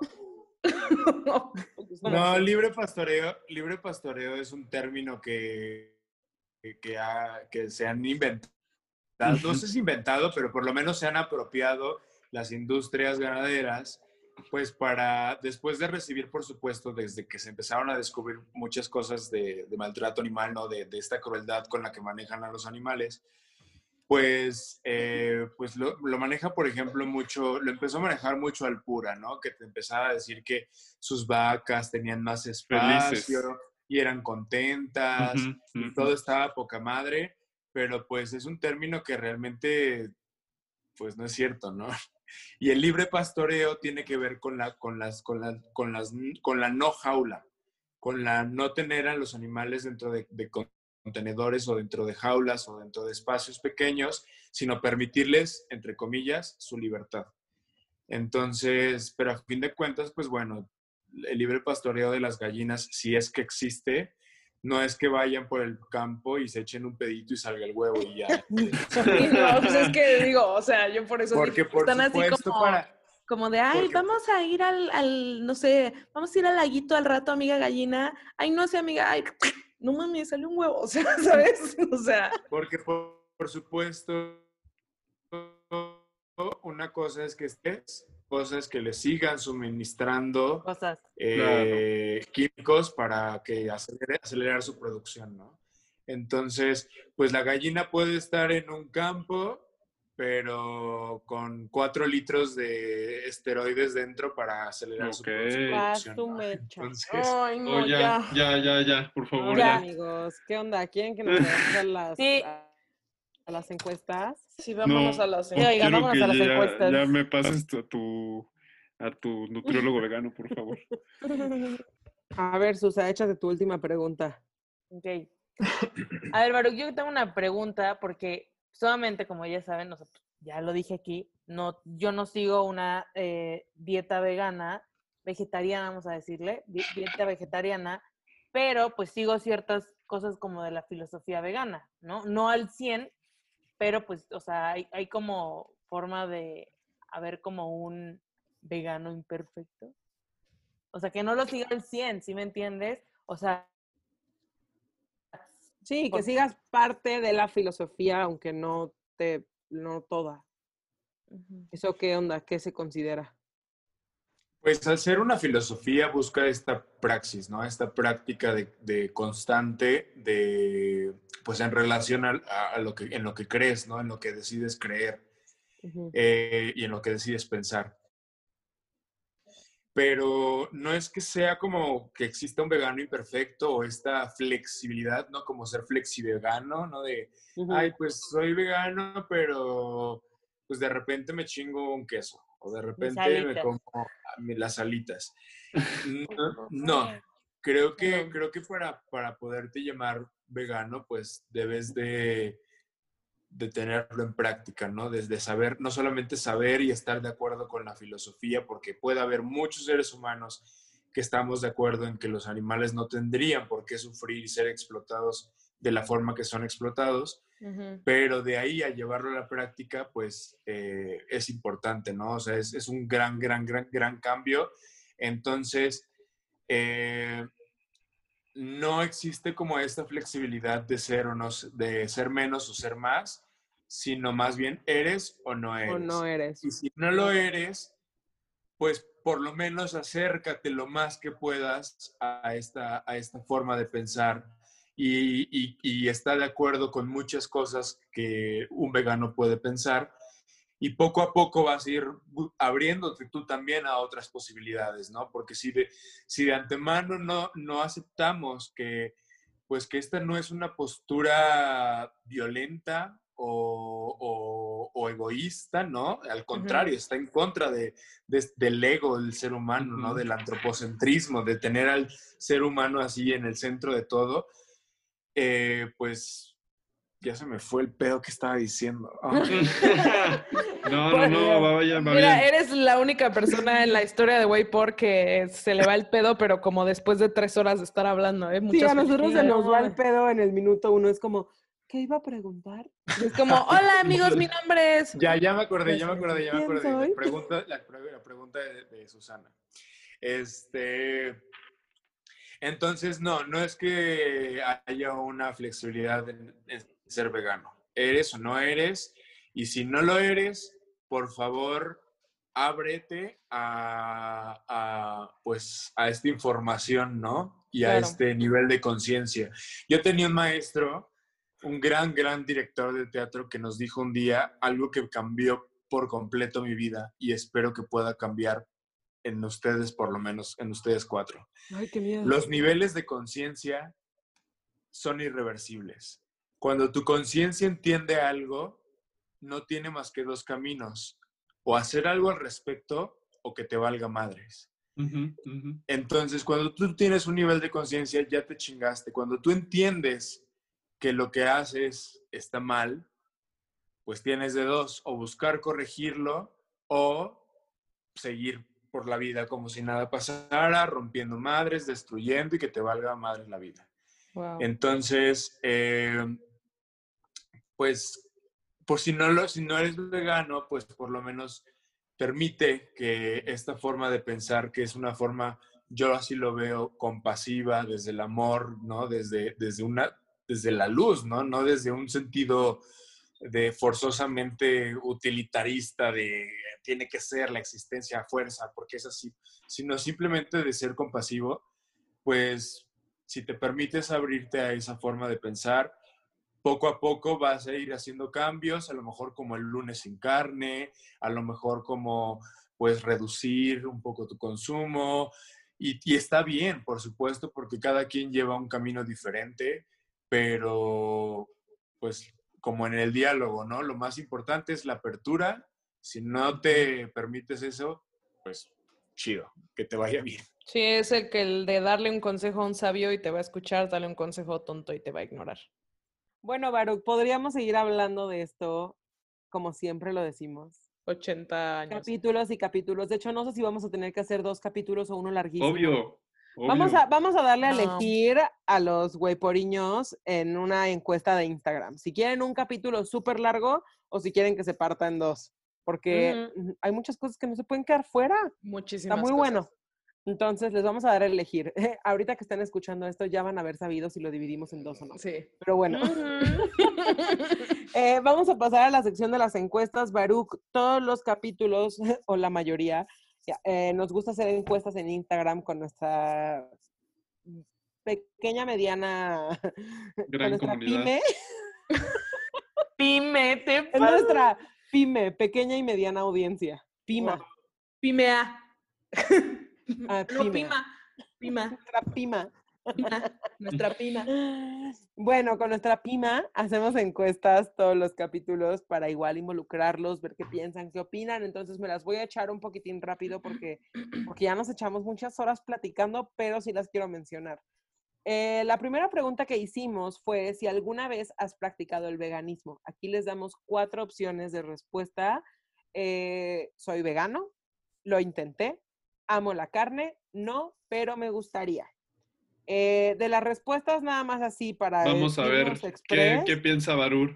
[SPEAKER 8] No, libre pastoreo es un término que se han inventado, no sé si inventado, pero por lo menos se han apropiado las industrias ganaderas, pues para, después de recibir, por supuesto, desde que se empezaron a descubrir muchas cosas de maltrato animal, ¿no? De esta crueldad con la que manejan a los animales, pues lo maneja, por ejemplo, mucho, lo empezó a manejar mucho Alpura, ¿no? Que te empezaba a decir que sus vacas tenían más espacio y eran contentas, y todo estaba a poca madre, pero pues es un término que realmente, pues no es cierto, ¿no? Y el libre pastoreo tiene que ver con la no jaula, con la no tener a los animales dentro de contenedores o dentro de jaulas o dentro de espacios pequeños, sino permitirles, entre comillas, su libertad. Entonces, pero a fin de cuentas, pues bueno, el libre pastoreo de las gallinas, si es que existe, no es que vayan por el campo y se echen un pedito y salga el huevo y ya.
[SPEAKER 3] Sí, no, pues es que digo, o sea, yo por eso
[SPEAKER 8] porque
[SPEAKER 3] dije, están así como de, ay, vamos a ir no sé, vamos a ir al laguito al rato, amiga gallina. Ay, no sé, amiga, ay, no mames, salió un huevo, o sea, ¿sabes? O sea.
[SPEAKER 8] Porque por supuesto, una cosa es que cosas que le sigan suministrando químicos para que acelerar su producción, ¿no? Entonces, pues la gallina puede estar en un campo, pero con 4 litros de esteroides dentro para acelerar su producción, ¿no? Entonces,
[SPEAKER 3] ay, no,
[SPEAKER 7] ya, por favor,
[SPEAKER 6] ya. Amigos, ¿qué onda? ¿Quieren que nos veamos a las encuestas?
[SPEAKER 3] Sí, vámonos a las
[SPEAKER 7] encuestas.
[SPEAKER 3] Oiga,
[SPEAKER 7] vámonos a las encuestas. Ya me pases a tu nutriólogo vegano, por favor.
[SPEAKER 6] A ver, Susa, échate tu última pregunta.
[SPEAKER 4] Ok. A ver, Baruch, yo tengo una pregunta porque solamente, como ya saben, ya lo dije aquí, yo no sigo una dieta vegana, vegetariana, vamos a decirle, dieta vegetariana, pero pues sigo ciertas cosas como de la filosofía vegana, ¿no? No al 100, pero pues, o sea, hay como forma de haber como un vegano imperfecto. O sea, que no lo siga al 100, ¿sí me entiendes? O sea...
[SPEAKER 6] Sí, que sigas parte de la filosofía, aunque no toda. ¿Eso qué onda? ¿Qué se considera?
[SPEAKER 8] Pues al ser una filosofía busca esta praxis, ¿no? Esta práctica de constante, pues en relación en lo que crees, ¿no? En lo que decides creer y en lo que decides pensar. Pero no es que sea como que exista un vegano imperfecto o esta flexibilidad, ¿no? Como ser flexivegano, ¿no? ay, pues soy vegano, pero pues de repente me chingo un queso o de repente me como las alitas. No, creo que para poderte llamar vegano, pues debes de tenerlo en práctica, ¿no? Desde saber, no solamente saber y estar de acuerdo con la filosofía, porque puede haber muchos seres humanos que estamos de acuerdo en que los animales no tendrían por qué sufrir y ser explotados de la forma que son explotados, pero de ahí a llevarlo a la práctica, pues es importante, ¿no? O sea, es un gran cambio. Entonces, no existe como esta flexibilidad de ser o no, de ser menos o ser más, sino más bien eres o no eres.
[SPEAKER 6] O no eres.
[SPEAKER 8] Y si no lo eres, pues por lo menos acércate lo más que puedas a esta forma de pensar y está de acuerdo con muchas cosas que un vegano puede pensar. Y poco a poco vas a ir abriéndote tú también a otras posibilidades, ¿no? Porque si de antemano no aceptamos que pues que esta no es una postura violenta o egoísta, ¿no? Al contrario, está en contra del ego del ser humano, ¿no? Del antropocentrismo, de tener al ser humano así en el centro de todo. Pues ya se me fue el pedo que estaba diciendo.
[SPEAKER 7] No, va bien.
[SPEAKER 3] Mira, eres la única persona en la historia de Waypor que se le va el pedo, pero como después de 3 horas de estar hablando, ¿eh?
[SPEAKER 6] Sí, a nosotros se nos va el pedo en el minuto 1. Es como, ¿qué iba a preguntar?
[SPEAKER 3] Es como, hola amigos, mi nombre es...
[SPEAKER 8] Ya me acordé. La pregunta de Susana. Entonces, no es que haya una flexibilidad en ser vegano. ¿Eres o no eres? Y si no lo eres, por favor, ábrete a esta información, ¿no? Y a este nivel de conciencia. Yo tenía un maestro, un gran director de teatro, que nos dijo un día algo que cambió por completo mi vida y espero que pueda cambiar en ustedes, por lo menos en ustedes 4.
[SPEAKER 6] Ay, qué miedo.
[SPEAKER 8] Los niveles de conciencia son irreversibles. Cuando tu conciencia entiende algo, no tiene más que 2 caminos: o hacer algo al respecto o que te valga madres. Entonces, cuando tú tienes un nivel de conciencia, ya te chingaste. Cuando tú entiendes que lo que haces está mal, pues tienes de 2: o buscar corregirlo o seguir por la vida como si nada pasara, rompiendo madres, destruyendo y que te valga madres la vida.
[SPEAKER 3] Wow.
[SPEAKER 8] Entonces, pues, si no eres vegano, pues por lo menos permite que esta forma de pensar, que es una forma, yo así lo veo, compasiva, desde el amor, ¿no? Desde la luz, ¿no? No desde un sentido de forzosamente utilitarista, de tiene que ser la existencia a fuerza, porque es así, sino simplemente de ser compasivo. Pues si te permites abrirte a esa forma de pensar, poco a poco vas a ir haciendo cambios, a lo mejor como el lunes sin carne, a lo mejor como pues reducir un poco tu consumo, y está bien, por supuesto, porque cada quien lleva un camino diferente, pero pues como en el diálogo, ¿no? Lo más importante es la apertura. Si no te permites eso, pues chido, que te vaya bien.
[SPEAKER 3] Sí, es el de darle un consejo a un sabio y te va a escuchar, darle un consejo tonto y te va a ignorar.
[SPEAKER 6] Bueno, Baruch, podríamos seguir hablando de esto, como siempre lo decimos.
[SPEAKER 3] 80 años.
[SPEAKER 6] Capítulos y capítulos. De hecho, no sé si vamos a tener que hacer 2 capítulos o uno larguísimo.
[SPEAKER 7] Obvio.
[SPEAKER 6] Vamos a darle a elegir a los güeyporiños en una encuesta de Instagram. Si quieren un capítulo súper largo o si quieren que se parta en 2. Porque hay muchas cosas que no se pueden quedar fuera.
[SPEAKER 3] Muchísimas
[SPEAKER 6] Está muy
[SPEAKER 3] cosas.
[SPEAKER 6] bueno. Entonces, les vamos a dar a elegir. Ahorita que están escuchando esto, ya van a haber sabido si lo dividimos en 2 o no.
[SPEAKER 3] Sí.
[SPEAKER 6] Pero bueno. Vamos a pasar a la sección de las encuestas. Baruch, todos los capítulos, o la mayoría, nos gusta hacer encuestas en Instagram con nuestra pequeña, mediana...
[SPEAKER 7] Gran
[SPEAKER 6] con nuestra
[SPEAKER 7] comunidad.
[SPEAKER 3] Pyme,
[SPEAKER 6] Es nuestra pyme, pequeña y mediana audiencia. Pima.
[SPEAKER 3] Wow. Pimea.
[SPEAKER 6] Ah,
[SPEAKER 3] No,
[SPEAKER 6] Pima.
[SPEAKER 3] Pima.
[SPEAKER 6] Nuestra Pima.
[SPEAKER 3] Nuestra Pima.
[SPEAKER 6] Bueno, con nuestra Pima hacemos encuestas todos los capítulos para igual involucrarlos, ver qué piensan, qué opinan. Entonces me las voy a echar un poquitín rápido porque ya nos echamos muchas horas platicando, pero sí las quiero mencionar. La primera pregunta que hicimos fue si alguna vez has practicado el veganismo. Aquí les damos 4 opciones de respuesta. Soy vegano, lo intenté, amo la carne, no, pero me gustaría. De las respuestas nada más así para...
[SPEAKER 7] Vamos a ver qué piensa Baruch.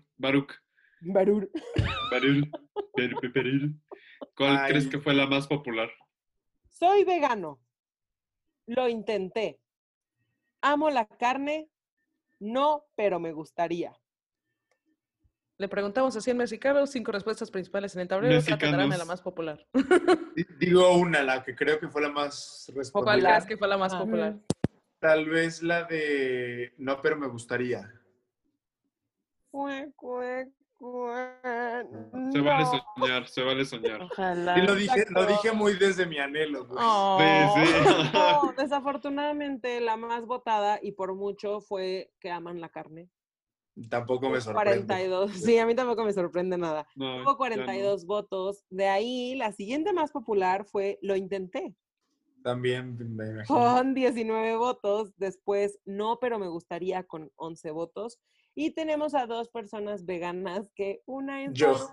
[SPEAKER 7] ¿Cuál crees que fue la más popular?
[SPEAKER 6] Soy vegano, lo intenté, amo la carne, no, pero me gustaría.
[SPEAKER 3] Le preguntamos a 100 mexicanos, 5 respuestas principales en el tablero. ¿Cuál tendrán la más popular?
[SPEAKER 8] Digo la que creo que fue la más respondida.
[SPEAKER 3] ¿Cuál crees que fue la más popular?
[SPEAKER 8] Tal vez la de no, pero me gustaría.
[SPEAKER 7] Se vale soñar, se vale soñar.
[SPEAKER 4] Ojalá.
[SPEAKER 8] Y lo dije muy desde mi anhelo, güey.
[SPEAKER 4] Oh.
[SPEAKER 7] Sí, sí.
[SPEAKER 6] No, desafortunadamente la más votada y por mucho fue que aman la carne.
[SPEAKER 8] Tampoco me sorprende.
[SPEAKER 6] 42. Sí, a mí tampoco me sorprende nada.
[SPEAKER 7] No,
[SPEAKER 6] Hubo
[SPEAKER 7] ya
[SPEAKER 6] 42 votos. De ahí, la siguiente más popular fue Lo Intenté,
[SPEAKER 8] También me imagino.
[SPEAKER 6] con 19 votos. Después, No, pero me gustaría, con 11 votos. Y tenemos a 2 personas veganas, que una es...
[SPEAKER 8] Yo.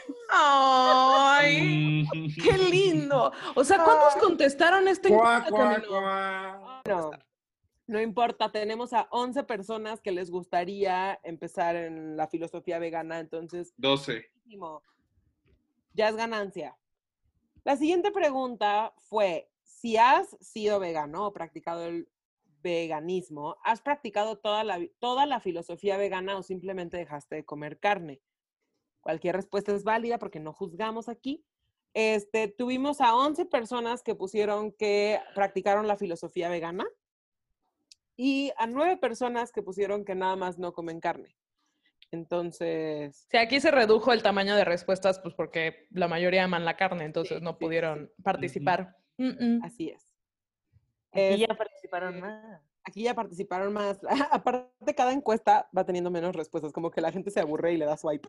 [SPEAKER 3] ¡Ay! ¡Qué lindo! O sea, ¿cuántos contestaron esta
[SPEAKER 8] Cuá,
[SPEAKER 3] encuesta,
[SPEAKER 8] cuá,
[SPEAKER 3] Camilo?
[SPEAKER 8] cuá.
[SPEAKER 6] No importa, tenemos a 11 personas que les gustaría empezar en la filosofía vegana, entonces
[SPEAKER 7] 12.
[SPEAKER 6] ya es ganancia. La siguiente pregunta fue, si has sido vegano o practicado el veganismo, ¿has practicado toda la filosofía vegana o simplemente dejaste de comer carne? Cualquier respuesta es válida porque no juzgamos aquí. Tuvimos a 11 personas que pusieron que practicaron la filosofía vegana y a 9 personas que pusieron que nada más no comen carne. Entonces...
[SPEAKER 3] Sí, aquí se redujo el tamaño de respuestas, pues porque la mayoría aman la carne, entonces
[SPEAKER 6] Sí,
[SPEAKER 3] no
[SPEAKER 6] sí,
[SPEAKER 3] pudieron participar.
[SPEAKER 6] Así es.
[SPEAKER 4] Aquí ya participaron más.
[SPEAKER 6] Aquí ya participaron más. Aparte, cada encuesta va teniendo menos respuestas, como que la gente se aburre y le da swipe.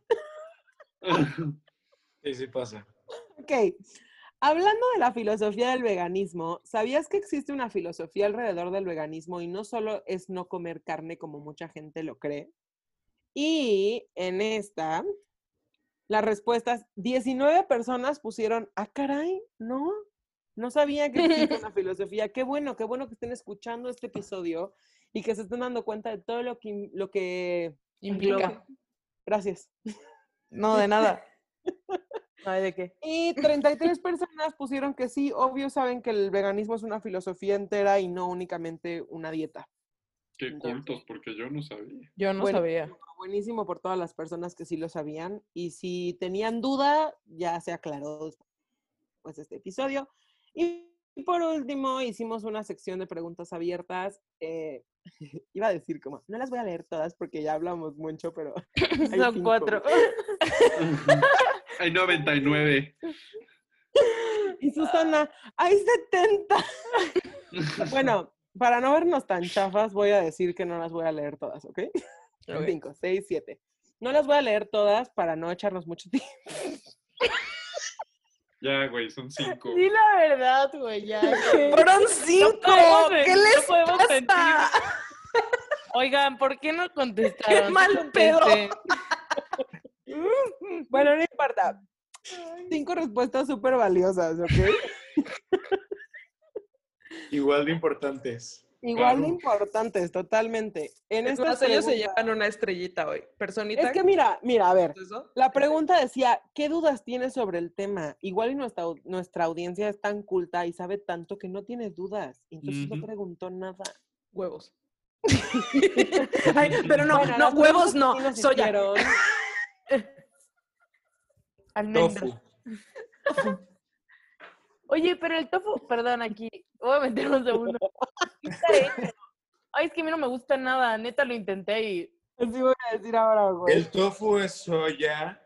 [SPEAKER 8] Sí pasa.
[SPEAKER 6] Ok. Hablando de la filosofía del veganismo, ¿sabías que existe una filosofía alrededor del veganismo y no solo es no comer carne como mucha gente lo cree? Y en esta, las respuestas, 19 personas pusieron, caray, no sabía que existe una filosofía. Qué bueno que estén escuchando este episodio y que se estén dando cuenta de todo lo que
[SPEAKER 3] Implica.
[SPEAKER 6] Gracias.
[SPEAKER 3] No, de nada.
[SPEAKER 4] Ay, ¿de qué?
[SPEAKER 6] Y 33 personas pusieron que sí, obvio saben que el veganismo es una filosofía entera y no únicamente una dieta.
[SPEAKER 7] Qué cultos, porque yo no sabía.
[SPEAKER 3] Yo no sabía.
[SPEAKER 6] Buenísimo por todas las personas que sí lo sabían. Y si tenían duda, ya se aclaró después de este episodio. Y por último, hicimos una sección de preguntas abiertas. Iba a decir como, no las voy a leer todas porque ya hablamos mucho, pero...
[SPEAKER 4] Son 4.
[SPEAKER 7] Hay 99.
[SPEAKER 6] Y Susana, hay 70. Bueno, para no vernos tan chafas, voy a decir que no las voy a leer todas, ¿ok? 5, 6, 7. No las voy a leer todas para no echarnos mucho tiempo.
[SPEAKER 7] Ya, güey, son 5.
[SPEAKER 4] Di la verdad, güey, ya.
[SPEAKER 3] ¡Fueron 5! ¿Qué les pasa?
[SPEAKER 4] Oigan, ¿por qué no contestaron?
[SPEAKER 3] ¡Qué mal pedo!
[SPEAKER 6] Bueno, no importa. 5 respuestas súper valiosas, ¿ok?
[SPEAKER 8] Igual de importantes.
[SPEAKER 6] Igual de importantes, totalmente. En
[SPEAKER 3] Es
[SPEAKER 6] estas
[SPEAKER 3] más, ellos se
[SPEAKER 6] preguntas-
[SPEAKER 3] llevan una estrellita hoy. Personita.
[SPEAKER 6] Es que mira, a ver.
[SPEAKER 3] ¿Eso?
[SPEAKER 6] La pregunta decía, ¿qué dudas tienes sobre el tema? Igual y nuestra audiencia es tan culta y sabe tanto que no tiene dudas. Entonces no preguntó nada.
[SPEAKER 3] Huevos. Ay, pero no,
[SPEAKER 6] Bueno,
[SPEAKER 3] no,
[SPEAKER 6] las
[SPEAKER 3] huevos
[SPEAKER 6] preguntas que
[SPEAKER 3] no,
[SPEAKER 6] sí nos
[SPEAKER 3] soya.
[SPEAKER 6] hicieron,
[SPEAKER 4] Almendras. Oye, pero el tofu, perdón, aquí, voy a meter un segundo. ¿Qué está hecho? Ay, es que a mí no me gusta nada, neta lo intenté y...
[SPEAKER 6] Así voy a decir ahora, güey.
[SPEAKER 8] El tofu es soya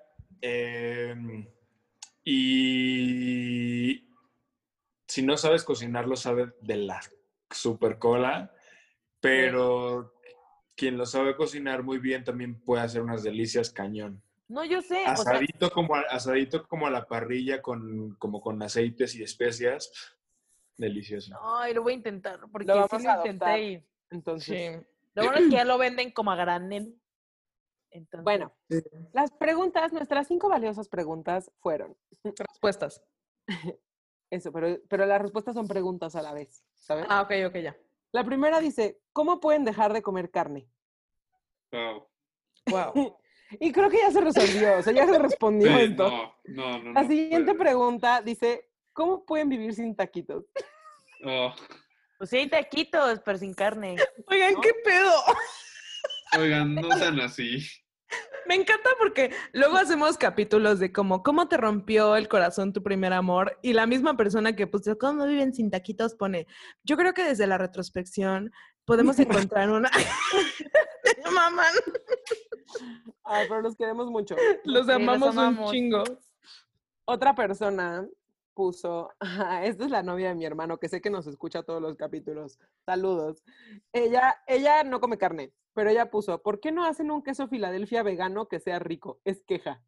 [SPEAKER 8] y si no sabes cocinarlo, sabe de la super cola, pero quien lo sabe cocinar muy bien también puede hacer unas delicias cañón.
[SPEAKER 4] No, yo sé, o sea,
[SPEAKER 8] Asadito como a la parrilla como con aceites y especias. Delicioso.
[SPEAKER 4] ay, lo voy a intentar, porque
[SPEAKER 6] Lo vamos
[SPEAKER 4] sí
[SPEAKER 6] a
[SPEAKER 4] lo intenté
[SPEAKER 6] adoptar.
[SPEAKER 4] y...
[SPEAKER 6] Entonces,
[SPEAKER 4] Lo bueno es que ya lo venden como a granel. Entonces,
[SPEAKER 6] bueno, las preguntas, nuestras 5 valiosas preguntas fueron
[SPEAKER 3] Respuestas.
[SPEAKER 6] eso, pero las respuestas son preguntas a la vez, ¿sabes?
[SPEAKER 3] Ah, ok, ya.
[SPEAKER 6] La primera dice, ¿cómo pueden dejar de comer carne?
[SPEAKER 7] Wow.
[SPEAKER 3] Wow.
[SPEAKER 6] Y creo que ya se resolvió, o sea, ya se respondió
[SPEAKER 7] Sí,
[SPEAKER 6] esto.
[SPEAKER 7] no.
[SPEAKER 6] La siguiente
[SPEAKER 7] puede.
[SPEAKER 6] pregunta dice, ¿cómo pueden vivir sin taquitos?
[SPEAKER 7] Oh,
[SPEAKER 4] pues sí hay taquitos, pero sin carne.
[SPEAKER 3] Oigan, ¿qué pedo?
[SPEAKER 7] oigan, no sean así.
[SPEAKER 3] Me encanta porque luego hacemos capítulos de cómo te rompió el corazón tu primer amor y la misma persona que puso cómo viven sin taquitos pone, yo creo que desde la retrospección podemos encontrar una... Maman.
[SPEAKER 6] Ay, pero los queremos mucho.
[SPEAKER 3] Los
[SPEAKER 4] Sí, los
[SPEAKER 3] amamos un
[SPEAKER 4] amamos.
[SPEAKER 3] chingo.
[SPEAKER 6] Otra persona puso, esta es la novia de mi hermano, que sé que nos escucha todos los capítulos. Saludos. Ella no come carne, pero ella puso, ¿por qué no hacen un queso Filadelfia vegano que sea rico? Es queja.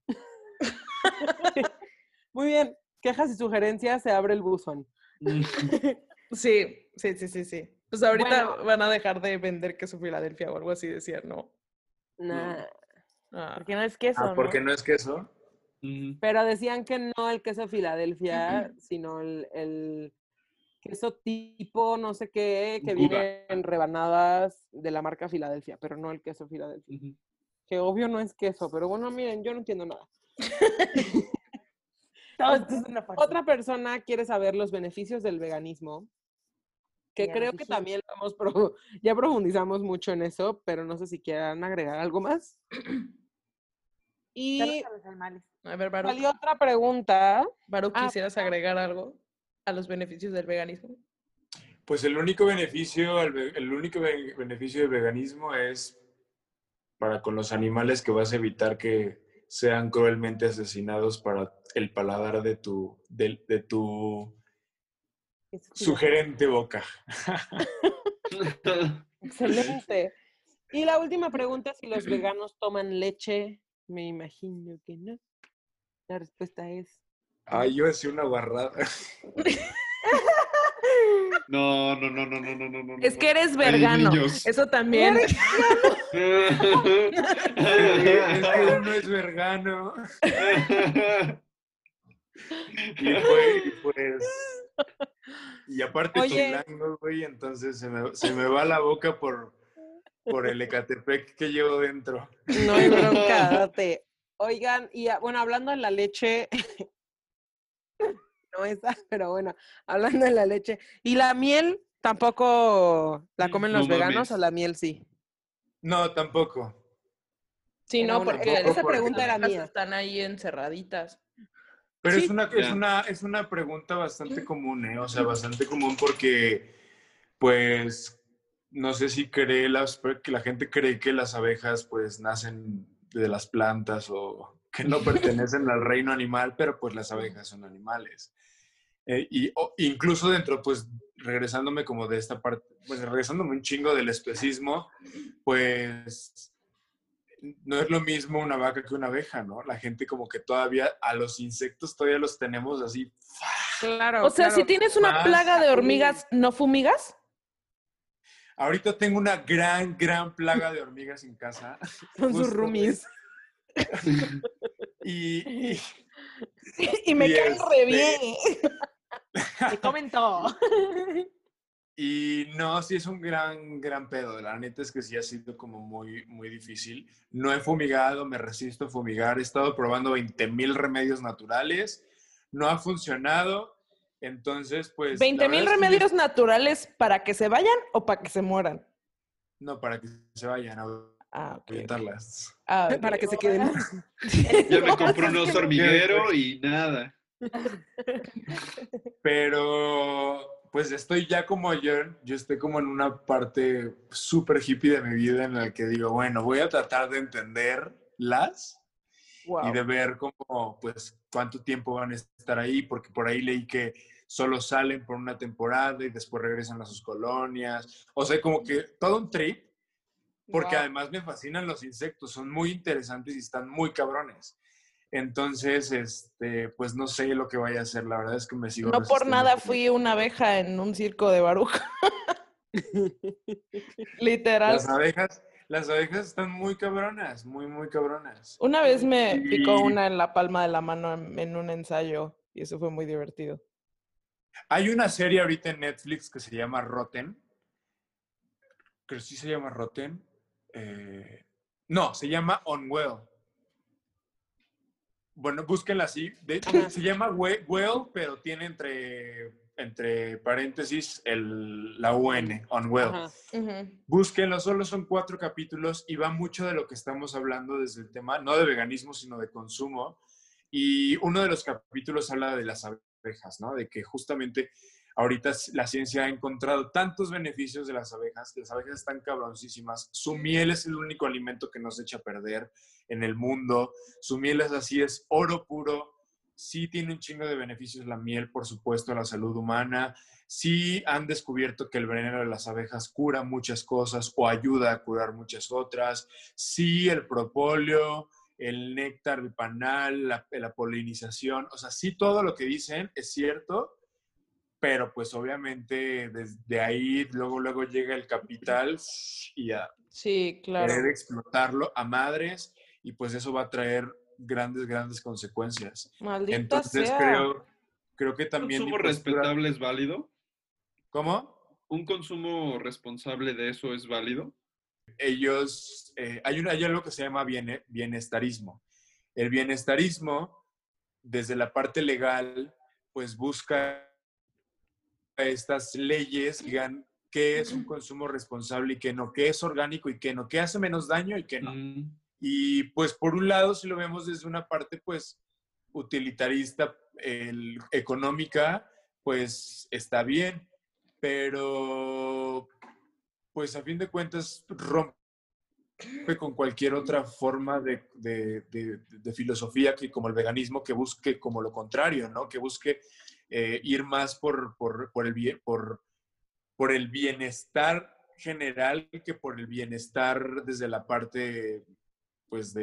[SPEAKER 6] Muy bien. Quejas y sugerencias, se abre el buzón.
[SPEAKER 3] Sí. Pues ahorita
[SPEAKER 6] Bueno.
[SPEAKER 3] van a dejar de vender queso Filadelfia o algo así, decían, ¿no?
[SPEAKER 6] Nah.
[SPEAKER 3] Ah.
[SPEAKER 4] Porque no es queso, ¿no?
[SPEAKER 8] ¿Por qué no es queso?
[SPEAKER 6] Pero decían que no el queso Filadelfia, sino el queso tipo no sé qué, que
[SPEAKER 7] Gouda.
[SPEAKER 6] viene en rebanadas de la marca Filadelfia, pero no el queso Filadelfia. Que obvio no es queso, pero bueno, miren, yo no entiendo nada.
[SPEAKER 4] Todo esto es una farsa.
[SPEAKER 6] Otra persona quiere saber los beneficios del veganismo, que creo que
[SPEAKER 4] Beneficios.
[SPEAKER 6] también ya profundizamos mucho en eso, pero no sé si quieran agregar algo más. Y
[SPEAKER 4] Saludos a los animales.
[SPEAKER 3] A ver, Baruch,
[SPEAKER 6] salió otra pregunta.
[SPEAKER 3] ¿quisieras agregar algo a los beneficios del veganismo?
[SPEAKER 8] Pues el único beneficio del veganismo es para con los animales, que vas a evitar que sean cruelmente asesinados para el paladar de tu sugerente boca.
[SPEAKER 6] Excelente. Y la última pregunta, si los veganos toman leche. Me imagino que no. La respuesta es...
[SPEAKER 8] Ay, yo decía una barrada.
[SPEAKER 7] No.
[SPEAKER 3] Es que eres
[SPEAKER 7] Hay
[SPEAKER 3] vegano.
[SPEAKER 7] niños.
[SPEAKER 3] Eso también.
[SPEAKER 8] Es que uno es vegano. Y aparte
[SPEAKER 6] Oye.
[SPEAKER 8] chilango, güey, entonces se me va la boca por el Ecatepec que llevo dentro.
[SPEAKER 6] No hay bronca, date. Oigan, y bueno, hablando de la leche, no esa, pero bueno, hablando de la leche. ¿Y la miel tampoco la comen los
[SPEAKER 7] No
[SPEAKER 6] veganos
[SPEAKER 7] mames.
[SPEAKER 6] o la miel sí?
[SPEAKER 8] No, tampoco.
[SPEAKER 3] Sí,
[SPEAKER 6] Era
[SPEAKER 3] no,
[SPEAKER 6] una-
[SPEAKER 3] porque
[SPEAKER 6] esa
[SPEAKER 8] porque
[SPEAKER 6] pregunta era
[SPEAKER 3] las
[SPEAKER 6] mía.
[SPEAKER 3] están ahí encerraditas.
[SPEAKER 8] Pero
[SPEAKER 6] Sí,
[SPEAKER 8] es una pregunta bastante común, ¿eh? O sea, bastante común porque, pues, no sé si que la gente cree que las abejas, pues, nacen de las plantas o que no pertenecen al reino animal, pero pues las abejas son animales. Incluso dentro, pues, regresándome como de esta parte, pues, regresándome un chingo del especismo, pues... No es lo mismo una vaca que una abeja, ¿no? La gente como que todavía a los insectos todavía los tenemos así.
[SPEAKER 6] Claro.
[SPEAKER 3] O sea,
[SPEAKER 6] claro.
[SPEAKER 3] si tienes una
[SPEAKER 8] Más
[SPEAKER 3] plaga de hormigas, ¿no fumigas?
[SPEAKER 8] Ahorita tengo una gran plaga de hormigas en casa.
[SPEAKER 6] Son sus
[SPEAKER 8] Justo,
[SPEAKER 6] roomies.
[SPEAKER 8] Y
[SPEAKER 3] Y me
[SPEAKER 8] Y
[SPEAKER 3] caen re bien.
[SPEAKER 4] Te comen todo.
[SPEAKER 8] Y no, sí es un gran pedo. La neta es que sí ha sido como muy difícil. No he fumigado, me resisto a fumigar. He estado probando 20,000 remedios naturales. No ha funcionado. Entonces, pues... la
[SPEAKER 3] 20,000
[SPEAKER 8] verdad es que
[SPEAKER 3] remedios naturales para que se vayan o para que se mueran.
[SPEAKER 8] no, para que se vayan a
[SPEAKER 3] Ah, ok.
[SPEAKER 8] aventarlas.
[SPEAKER 3] Ah, ok.
[SPEAKER 6] Para que se queden.
[SPEAKER 7] Ya me compré un oso hormiguero y nada.
[SPEAKER 8] Pero pues estoy ya como yo estoy como en una parte súper hippie de mi vida en la que digo, bueno, voy a tratar de entenderlas
[SPEAKER 6] Wow.
[SPEAKER 8] y de ver cómo, pues, cuánto tiempo van a estar ahí, porque por ahí leí que solo salen por una temporada y después regresan a sus colonias. O sea, como que todo un trip, porque
[SPEAKER 6] Wow.
[SPEAKER 8] además me fascinan los insectos, son muy interesantes y están muy cabrones. Entonces, pues no sé lo que vaya a hacer. La verdad es que me sigo
[SPEAKER 3] No por
[SPEAKER 8] resistiendo.
[SPEAKER 3] nada fui una abeja en un circo de Baruch. Literal.
[SPEAKER 8] Las abejas están muy cabronas, muy cabronas.
[SPEAKER 3] Una vez me
[SPEAKER 8] Y-
[SPEAKER 3] picó una en la palma de la mano en un ensayo y eso fue muy divertido.
[SPEAKER 8] Hay una serie ahorita en Netflix que se llama Rotten. Creo que sí se llama Rotten. No, se llama Unwell. Bueno, búsquenla así. Se llama Well, pero tiene entre paréntesis la UN, Unwell.
[SPEAKER 6] Ajá.
[SPEAKER 8] Búsquenlo, solo son 4 capítulos y va mucho de lo que estamos hablando desde el tema, no de veganismo, sino de consumo. Y uno de los capítulos habla de las abejas, ¿no? De que justamente Ahorita la ciencia ha encontrado tantos beneficios de las abejas están cabroncísimas. Su miel es el único alimento que no se echa a perder en el mundo. Su miel es así, es oro puro. Sí tiene un chingo de beneficios la miel, por supuesto, a la salud humana. Sí han descubierto que el veneno de las abejas cura muchas cosas o ayuda a curar muchas otras. Sí, el propóleo, el néctar, el panal, la polinización. O sea, sí todo lo que dicen es cierto, pero pues obviamente desde ahí luego llega el capital y a
[SPEAKER 3] Sí,
[SPEAKER 8] querer
[SPEAKER 3] claro.
[SPEAKER 8] explotarlo a madres y pues eso va a traer grandes consecuencias.
[SPEAKER 3] Maldita
[SPEAKER 8] Entonces
[SPEAKER 3] sea.
[SPEAKER 8] creo que
[SPEAKER 7] ¿Un
[SPEAKER 8] también mi
[SPEAKER 7] consumo
[SPEAKER 8] postura...
[SPEAKER 7] respetable es válido?
[SPEAKER 8] ¿Cómo?
[SPEAKER 7] ¿Un consumo responsable de eso es válido?
[SPEAKER 8] Ellos, hay algo que se llama bienestarismo. El bienestarismo, desde la parte legal, pues busca estas leyes, digan qué es un consumo responsable y qué no, qué es orgánico y qué no, qué hace menos daño y qué no. Y pues por un lado, si lo vemos desde una parte pues utilitarista, económica, pues está bien, pero pues a fin de cuentas rompe con cualquier otra forma de filosofía que como el veganismo, que busque como lo contrario, ¿no? Que busque ir más por el bienestar general que por el bienestar desde la parte pues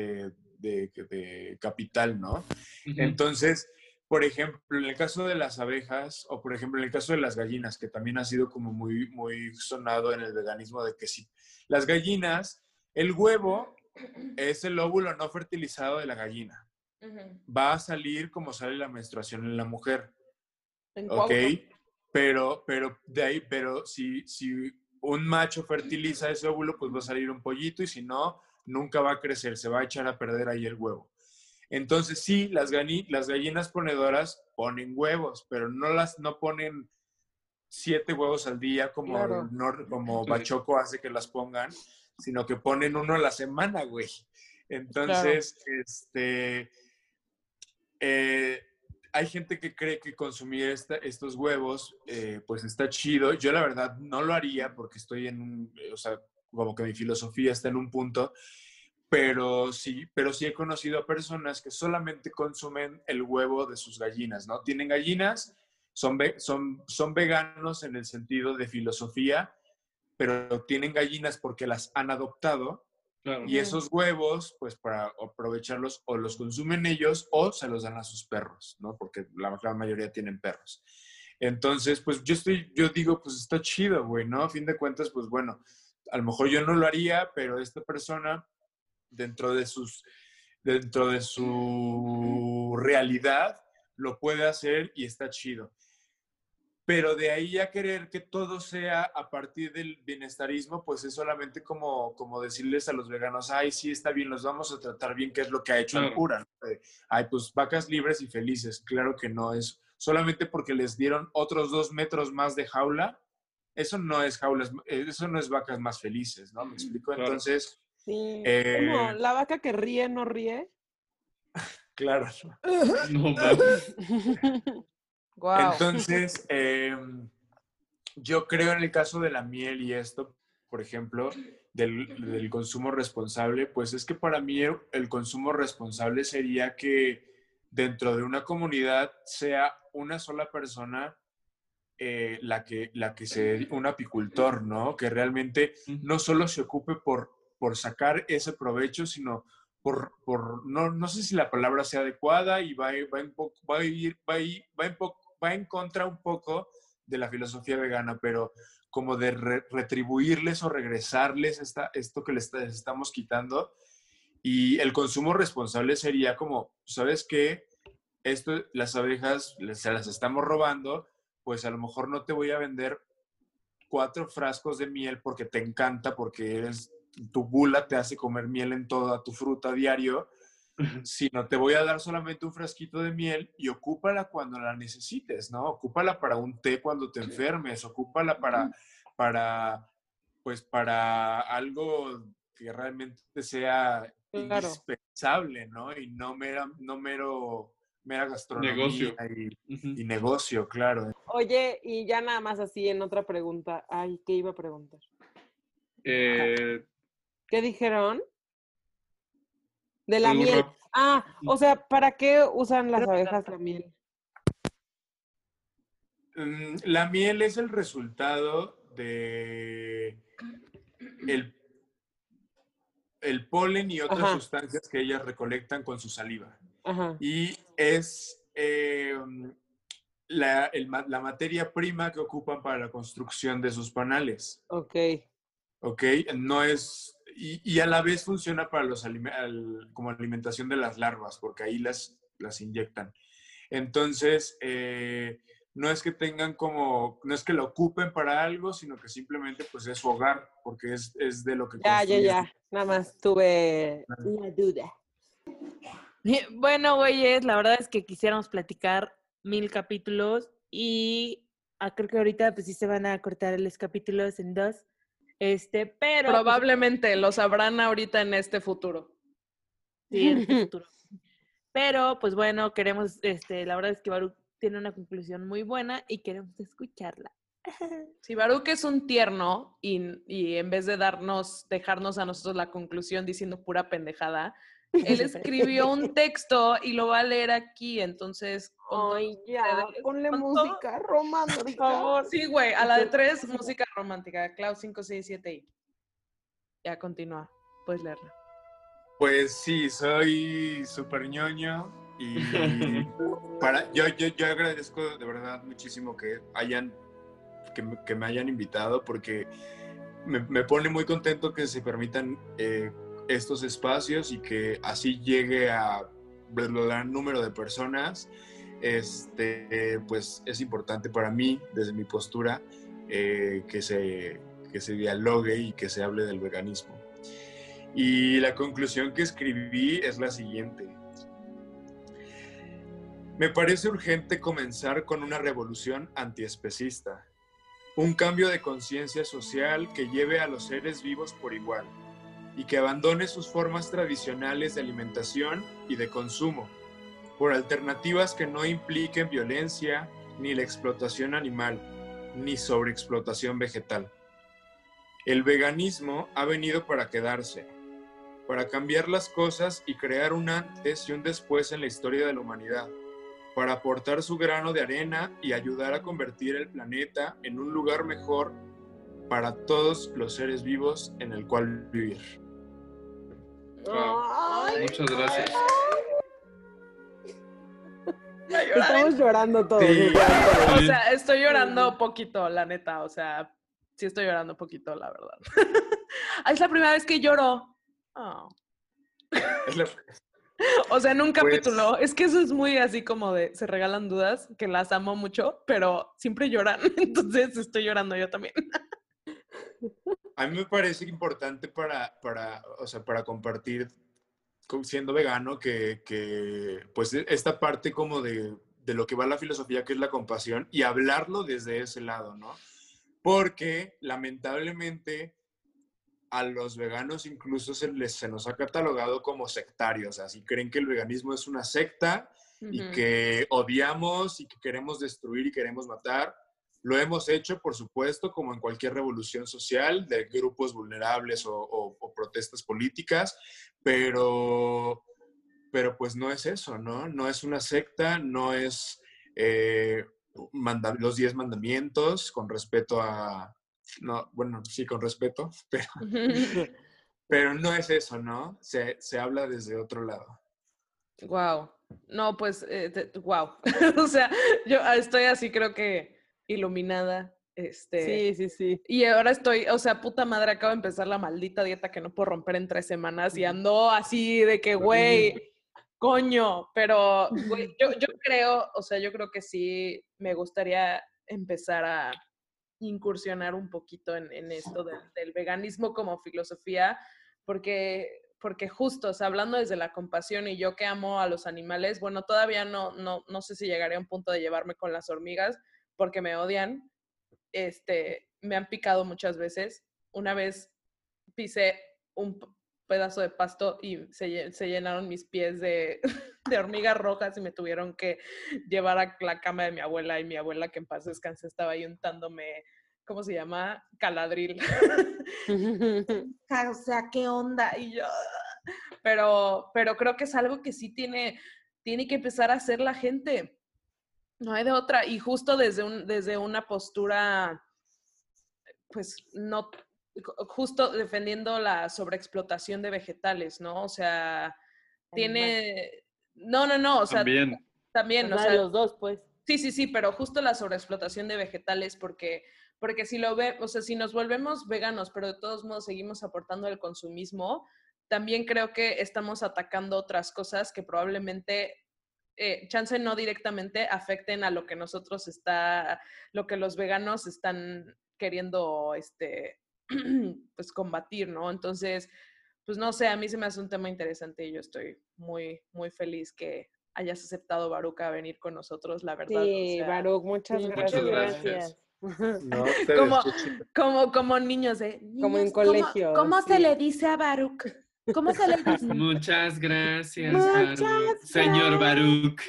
[SPEAKER 8] de capital, ¿no? Entonces, por ejemplo, en el caso de las abejas o por ejemplo en el caso de las gallinas, que también ha sido como muy sonado en el veganismo de que sí, las gallinas, el huevo es el óvulo no fertilizado de la gallina. Va a salir como sale la menstruación en la mujer. ¿Ok? Pero de ahí, pero si un macho fertiliza ese óvulo, pues va a salir un pollito y si no, nunca va a crecer, se va a echar a perder ahí el huevo. Entonces sí, las gallinas ponedoras ponen huevos, pero no ponen 7 huevos al día como,
[SPEAKER 3] Claro.
[SPEAKER 8] como Bachoco hace que las pongan, sino que ponen uno a la semana, güey. Entonces, hay gente que cree que consumir estos huevos, pues está chido. Yo la verdad no lo haría porque estoy o sea, como que mi filosofía está en un punto, pero sí he conocido a personas que solamente consumen el huevo de sus gallinas, ¿no? Tienen gallinas, son veganos en el sentido de filosofía, pero tienen gallinas porque las han adoptado. Claro. Y esos huevos, pues para aprovecharlos, o los consumen ellos o se los dan a sus perros, ¿no? Porque la gran mayoría tienen perros. Entonces, pues yo digo, pues está chido, güey, ¿no? A fin de cuentas, pues bueno, a lo mejor yo no lo haría, pero esta persona, dentro de su realidad, lo puede hacer y está chido. Pero de ahí a querer que todo sea a partir del bienestarismo, pues es solamente como decirles a los veganos, ay, sí, está bien, los vamos a tratar bien, que es lo que ha hecho Alpura, ¿no? Ay, pues vacas libres y felices. Claro que no, es solamente porque les dieron otros 2 metros más de jaula. Eso no es jaulas, eso no es vacas más felices, ¿no? ¿Me explico?
[SPEAKER 7] Claro.
[SPEAKER 8] Entonces...
[SPEAKER 6] Sí, como la vaca que ríe, no ríe.
[SPEAKER 8] Claro.
[SPEAKER 7] No mames.
[SPEAKER 3] Wow.
[SPEAKER 8] Entonces, yo creo en el caso de la miel y esto, por ejemplo, del consumo responsable, pues es que para mí el consumo responsable sería que dentro de una comunidad sea una sola persona la que sea un apicultor, ¿no? Que realmente no solo se ocupe por sacar ese provecho, sino no sé si la palabra sea adecuada y va en contra un poco de la filosofía vegana, pero como de retribuirles o regresarles esto que les estamos quitando. Y el consumo responsable sería como, ¿sabes qué? Las abejas se las estamos robando, pues a lo mejor no te voy a vender 4 frascos de miel porque te encanta, porque tu gula te hace comer miel en toda tu fruta diario, sino te voy a dar solamente un frasquito de miel y ocúpala cuando la necesites, ¿no? Ocúpala para un té cuando te enfermes, ocúpala para algo que realmente sea indispensable, ¿no? Y no mero mera gastronomía
[SPEAKER 7] Negocio.
[SPEAKER 8] y negocio, claro.
[SPEAKER 6] Oye, y ya nada más así en otra pregunta. Ay, ¿qué iba a preguntar?
[SPEAKER 7] Eh,
[SPEAKER 6] ¿Qué dijeron? De la
[SPEAKER 7] algo
[SPEAKER 6] miel.
[SPEAKER 7] rap-
[SPEAKER 6] Ah, o sea, ¿para qué usan las abejas la miel?
[SPEAKER 8] La miel es el resultado de el polen y otras
[SPEAKER 6] Ajá.
[SPEAKER 8] sustancias que ellas recolectan con su saliva.
[SPEAKER 6] Ajá.
[SPEAKER 8] Y es la materia prima que ocupan para la construcción de sus panales.
[SPEAKER 6] Ok.
[SPEAKER 8] ¿Ok? No es... Y a la vez funciona para como alimentación de las larvas, porque ahí las inyectan. Entonces, no es que tengan no es que lo ocupen para algo, sino que simplemente pues es su hogar, porque es de lo que construyen.
[SPEAKER 6] Ya. Nada más tuve la duda.
[SPEAKER 4] Bueno, güeyes, la verdad es que quisiéramos platicar 1000 capítulos y creo que ahorita pues sí se van a cortar los capítulos en 2. Pero...
[SPEAKER 3] Probablemente lo sabrán ahorita en este futuro.
[SPEAKER 4] Sí, en el futuro. Pero, pues bueno, queremos, la verdad es que Baruch tiene una conclusión muy buena y queremos escucharla.
[SPEAKER 3] Si Baruch es un tierno y en vez de dejarnos a nosotros la conclusión diciendo pura pendejada, él escribió un texto y lo va a leer aquí, entonces...
[SPEAKER 6] Ay, ya, ponle
[SPEAKER 3] con
[SPEAKER 6] música romántica.
[SPEAKER 4] Por favor.
[SPEAKER 3] Sí, güey, a la de 3, música romántica. Clau 5, 6, 7 y... Ya, continúa. Puedes leerla.
[SPEAKER 8] Pues sí, soy súper ñoño y yo agradezco de verdad muchísimo que me hayan invitado porque me pone muy contento que se permitan estos espacios y que así llegue a un gran número de personas. Pues es importante para mí, desde mi postura, que se dialogue y que se hable del veganismo. Y la conclusión que escribí es la siguiente. Me parece urgente comenzar con una revolución antiespecista, un cambio de conciencia social que lleve a los seres vivos por igual y que abandone sus formas tradicionales de alimentación y de consumo por alternativas que no impliquen violencia, ni la explotación animal, ni sobreexplotación vegetal. El veganismo ha venido para quedarse, para cambiar las cosas y crear un antes y un después en la historia de la humanidad, para aportar su grano de arena y ayudar a convertir el planeta en un lugar mejor para todos los seres vivos en el cual vivir.
[SPEAKER 7] Wow. Muchas gracias.
[SPEAKER 6] Estamos llorando todos.
[SPEAKER 8] Sí.
[SPEAKER 3] O sea, estoy llorando poquito, la neta. O sea, sí estoy llorando poquito, la verdad. Es la primera vez que lloro. Oh. O sea, en un capítulo. Es que eso es muy así como de se regalan dudas, que las amo mucho, pero siempre lloran. Entonces estoy llorando yo también.
[SPEAKER 8] A mí me parece importante para compartir siendo vegano que pues esta parte como de lo que va la filosofía, que es la compasión, y hablarlo desde ese lado, ¿no? Porque lamentablemente a los veganos incluso se nos ha catalogado como sectarios, así creen que el veganismo es una secta y que odiamos y que queremos destruir y queremos matar. Lo hemos hecho, por supuesto, como en cualquier revolución social de grupos vulnerables o protestas políticas, pero pues no es eso, ¿no? No es una secta, no es los 10 mandamientos con respeto a... No, bueno, sí, con respeto, pero no es eso, ¿no? Se habla desde otro lado.
[SPEAKER 3] Wow. No, pues, wow. O sea, yo estoy así, creo que iluminada.
[SPEAKER 6] Sí.
[SPEAKER 3] Y ahora estoy, o sea, puta madre, acabo de empezar la maldita dieta que no puedo romper en 3 semanas y ando así de que, güey, coño. Pero, güey, yo creo, o sea, yo creo que sí me gustaría empezar a incursionar un poquito en esto del veganismo como filosofía, porque justo, o sea, hablando desde la compasión y yo que amo a los animales, bueno, todavía no sé si llegaré a un punto de llevarme con las hormigas porque me odian, me han picado muchas veces. Una vez pisé un pedazo de pasto y se llenaron mis pies de de hormigas rojas y me tuvieron que llevar a la cama de mi abuela, y mi abuela, que en paz descanse, estaba ahí untándome, ¿cómo se llama? Caladril. O sea, ¿qué onda? Y yo... Pero creo que es algo que sí tiene que empezar a hacer la gente. No hay de otra. Y justo desde una postura, pues, no... Justo defendiendo la sobreexplotación de vegetales, ¿no? O sea, tiene... No, o sea... También, o sea...
[SPEAKER 4] los dos, pues.
[SPEAKER 3] Sí, pero justo la sobreexplotación de vegetales, porque si o sea, si nos volvemos veganos, pero de todos modos seguimos aportando al consumismo, también creo que estamos atacando otras cosas que probablemente, chance no directamente, afecten a lo que lo que los veganos están queriendo, pues, combatir, ¿no? Entonces, pues no sé, a mí se me hace un tema interesante y yo estoy muy, muy feliz que hayas aceptado, Baruch, a venir con nosotros, la verdad.
[SPEAKER 6] Sí,
[SPEAKER 3] o sea,
[SPEAKER 6] Baruch, muchas
[SPEAKER 7] gracias.
[SPEAKER 8] No,
[SPEAKER 3] como niños de...
[SPEAKER 6] Como en colegio.
[SPEAKER 2] ¿Cómo
[SPEAKER 6] sí.
[SPEAKER 2] se le dice a Baruch? ¿Cómo se le dice?
[SPEAKER 7] Muchas gracias,
[SPEAKER 6] Muchas
[SPEAKER 7] Baruch. Señor Baruch.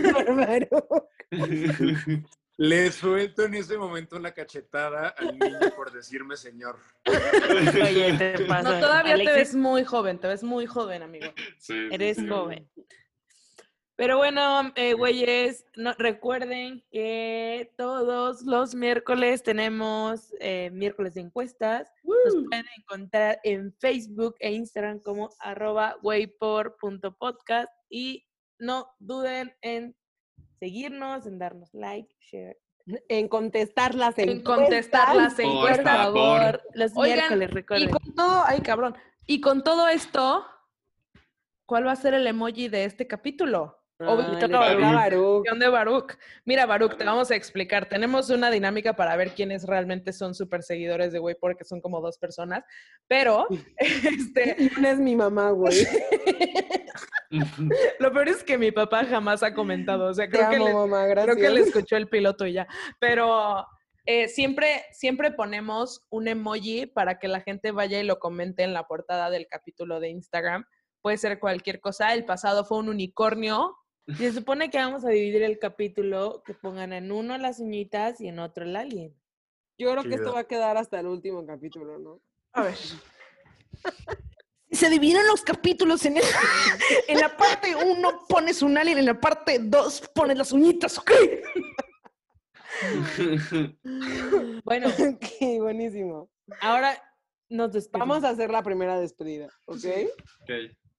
[SPEAKER 8] Le suelto en ese momento la cachetada al niño por decirme señor.
[SPEAKER 4] Oye, te pasa.
[SPEAKER 3] No, todavía
[SPEAKER 4] Alexis,
[SPEAKER 3] te ves muy joven, amigo.
[SPEAKER 7] Sí,
[SPEAKER 4] eres
[SPEAKER 7] sí.
[SPEAKER 4] joven. Pero bueno, güeyes, recuerden que todos los miércoles tenemos miércoles de encuestas. Nos pueden encontrar en Facebook e Instagram como @waypor.podcast, y no duden en seguirnos, en darnos like, share.
[SPEAKER 6] En contestar las
[SPEAKER 3] En
[SPEAKER 6] encuestas.
[SPEAKER 3] contestar las
[SPEAKER 7] Por
[SPEAKER 3] encuestas.
[SPEAKER 7] favor.
[SPEAKER 4] Los
[SPEAKER 3] Oigan,
[SPEAKER 4] miércoles,
[SPEAKER 3] y
[SPEAKER 4] recuerden.
[SPEAKER 3] con todo, ay, cabrón. Y con todo esto, ¿cuál va a ser el emoji de este capítulo?
[SPEAKER 6] Ay, le
[SPEAKER 7] Baruch.
[SPEAKER 6] toca a Baruch.
[SPEAKER 3] De Baruch. Mira, Baruch, te vamos a explicar. Tenemos una dinámica para ver quiénes realmente son súper seguidores de Waypor, que son como 2 personas, pero
[SPEAKER 6] Y una es mi mamá, güey.
[SPEAKER 3] lo peor es que mi papá jamás ha comentado. O sea,
[SPEAKER 6] Te amo, mamá, gracias.
[SPEAKER 3] creo que le escuchó el piloto y ya. Pero siempre ponemos un emoji para que la gente vaya y lo comente en la portada del capítulo de Instagram. Puede ser cualquier cosa. El pasado fue un unicornio.
[SPEAKER 4] Y se supone que vamos a dividir el capítulo, que pongan en uno las uñitas y en otro el alien.
[SPEAKER 6] Yo creo que
[SPEAKER 8] Chido.
[SPEAKER 6] esto va a quedar hasta el último capítulo, ¿no?
[SPEAKER 3] A ver.
[SPEAKER 2] Se dividen los capítulos en la parte 1 pones un alien, en la parte 2 pones las uñitas, ¿ok?
[SPEAKER 4] Bueno,
[SPEAKER 6] Ok, buenísimo.
[SPEAKER 4] ahora nos despedimos.
[SPEAKER 6] Vamos a hacer la primera despedida, ¿ok?
[SPEAKER 7] Ok.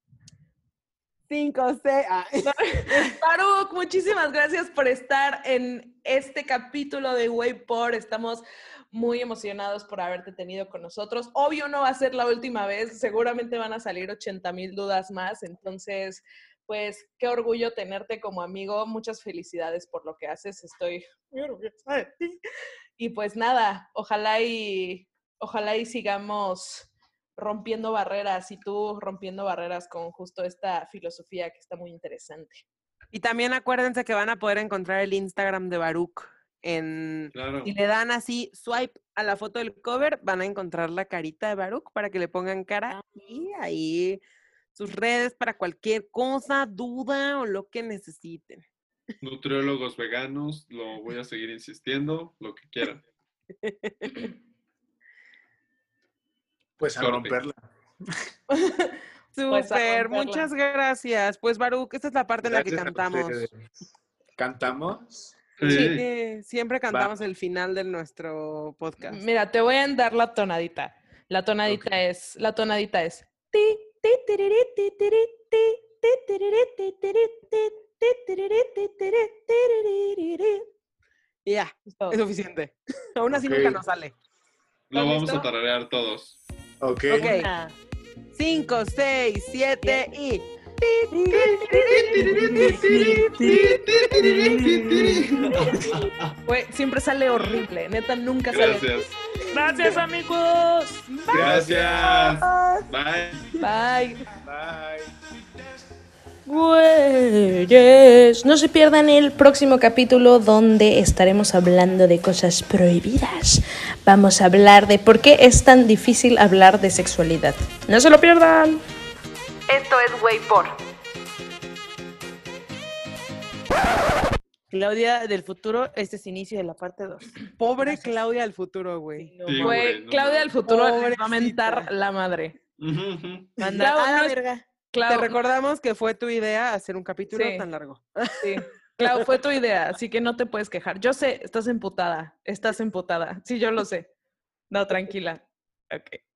[SPEAKER 6] 5, 6.
[SPEAKER 3] Baruch, muchísimas gracias por estar en este capítulo de Waypor. Estamos muy emocionados por haberte tenido con nosotros. Obvio no va a ser la última vez, seguramente van a salir 80,000 dudas más, entonces, pues, qué orgullo tenerte como amigo. Muchas felicidades por lo que haces, estoy muy orgullosa de ti. Y pues nada, ojalá y sigamos rompiendo barreras, y tú rompiendo barreras con justo esta filosofía que está muy interesante.
[SPEAKER 6] Y también acuérdense que van a poder encontrar el Instagram de Baruch.
[SPEAKER 7] Claro.
[SPEAKER 6] Si le dan así swipe a la foto del cover, van a encontrar la carita de Baruch para que le pongan cara, y ahí sus redes para cualquier cosa, duda o lo que necesiten.
[SPEAKER 7] Nutriólogos veganos, lo voy a seguir insistiendo, lo que quieran.
[SPEAKER 8] Pues a
[SPEAKER 7] Corte.
[SPEAKER 8] romperla.
[SPEAKER 3] Pues a
[SPEAKER 6] Súper,
[SPEAKER 3] romperla.
[SPEAKER 6] muchas gracias. Pues Baruch, esta es la parte en la que
[SPEAKER 8] Gracias a
[SPEAKER 6] cantamos.
[SPEAKER 8] ustedes. ¿Cantamos?
[SPEAKER 6] Sí, siempre cantamos el final de nuestro podcast.
[SPEAKER 3] Mira, te voy a dar la tonadita. La tonadita es ti, ti, tiriri, ti, tiri, ti, ti, tiriri, ti, tiri, ti, ti, tiriri, ti, tiri, tiririri.
[SPEAKER 6] Y ya,
[SPEAKER 3] Es todo.
[SPEAKER 6] es suficiente. Aún así
[SPEAKER 8] Ok.
[SPEAKER 6] nunca nos sale.
[SPEAKER 7] Lo
[SPEAKER 3] ¿Estás
[SPEAKER 7] vamos
[SPEAKER 3] listo?
[SPEAKER 7] a tararear todos.
[SPEAKER 8] Ok.
[SPEAKER 6] Ok. 5, 6, 7 y...
[SPEAKER 3] Güey, siempre sale horrible. Neta, nunca sale.
[SPEAKER 7] Gracias.
[SPEAKER 3] Gracias, amigos.
[SPEAKER 7] Gracias. Bye.
[SPEAKER 3] Bye.
[SPEAKER 8] Bye.
[SPEAKER 2] Güeyes, no se pierdan el próximo capítulo donde estaremos hablando de cosas prohibidas. Vamos a hablar de por qué es tan difícil hablar de sexualidad. No se lo pierdan.
[SPEAKER 3] Esto es Waypor.
[SPEAKER 4] Claudia del futuro, este es inicio de la parte 2.
[SPEAKER 6] Pobre Claudia del futuro, güey.
[SPEAKER 3] No,
[SPEAKER 7] Sí,
[SPEAKER 3] güey,
[SPEAKER 7] güey, no
[SPEAKER 3] Claudia del
[SPEAKER 7] mames.
[SPEAKER 3] futuro les va a
[SPEAKER 6] Pobrecita.
[SPEAKER 3] mentar la madre.
[SPEAKER 4] Manda
[SPEAKER 3] Clau,
[SPEAKER 4] a la
[SPEAKER 3] no es-
[SPEAKER 4] verga.
[SPEAKER 3] Clau,
[SPEAKER 6] Te recordamos que fue tu idea hacer un capítulo
[SPEAKER 3] Sí.
[SPEAKER 6] tan largo.
[SPEAKER 3] sí. Clau, fue tu idea, así que no te puedes quejar. Yo sé, estás emputada. Sí, yo lo sé. No, tranquila. Ok.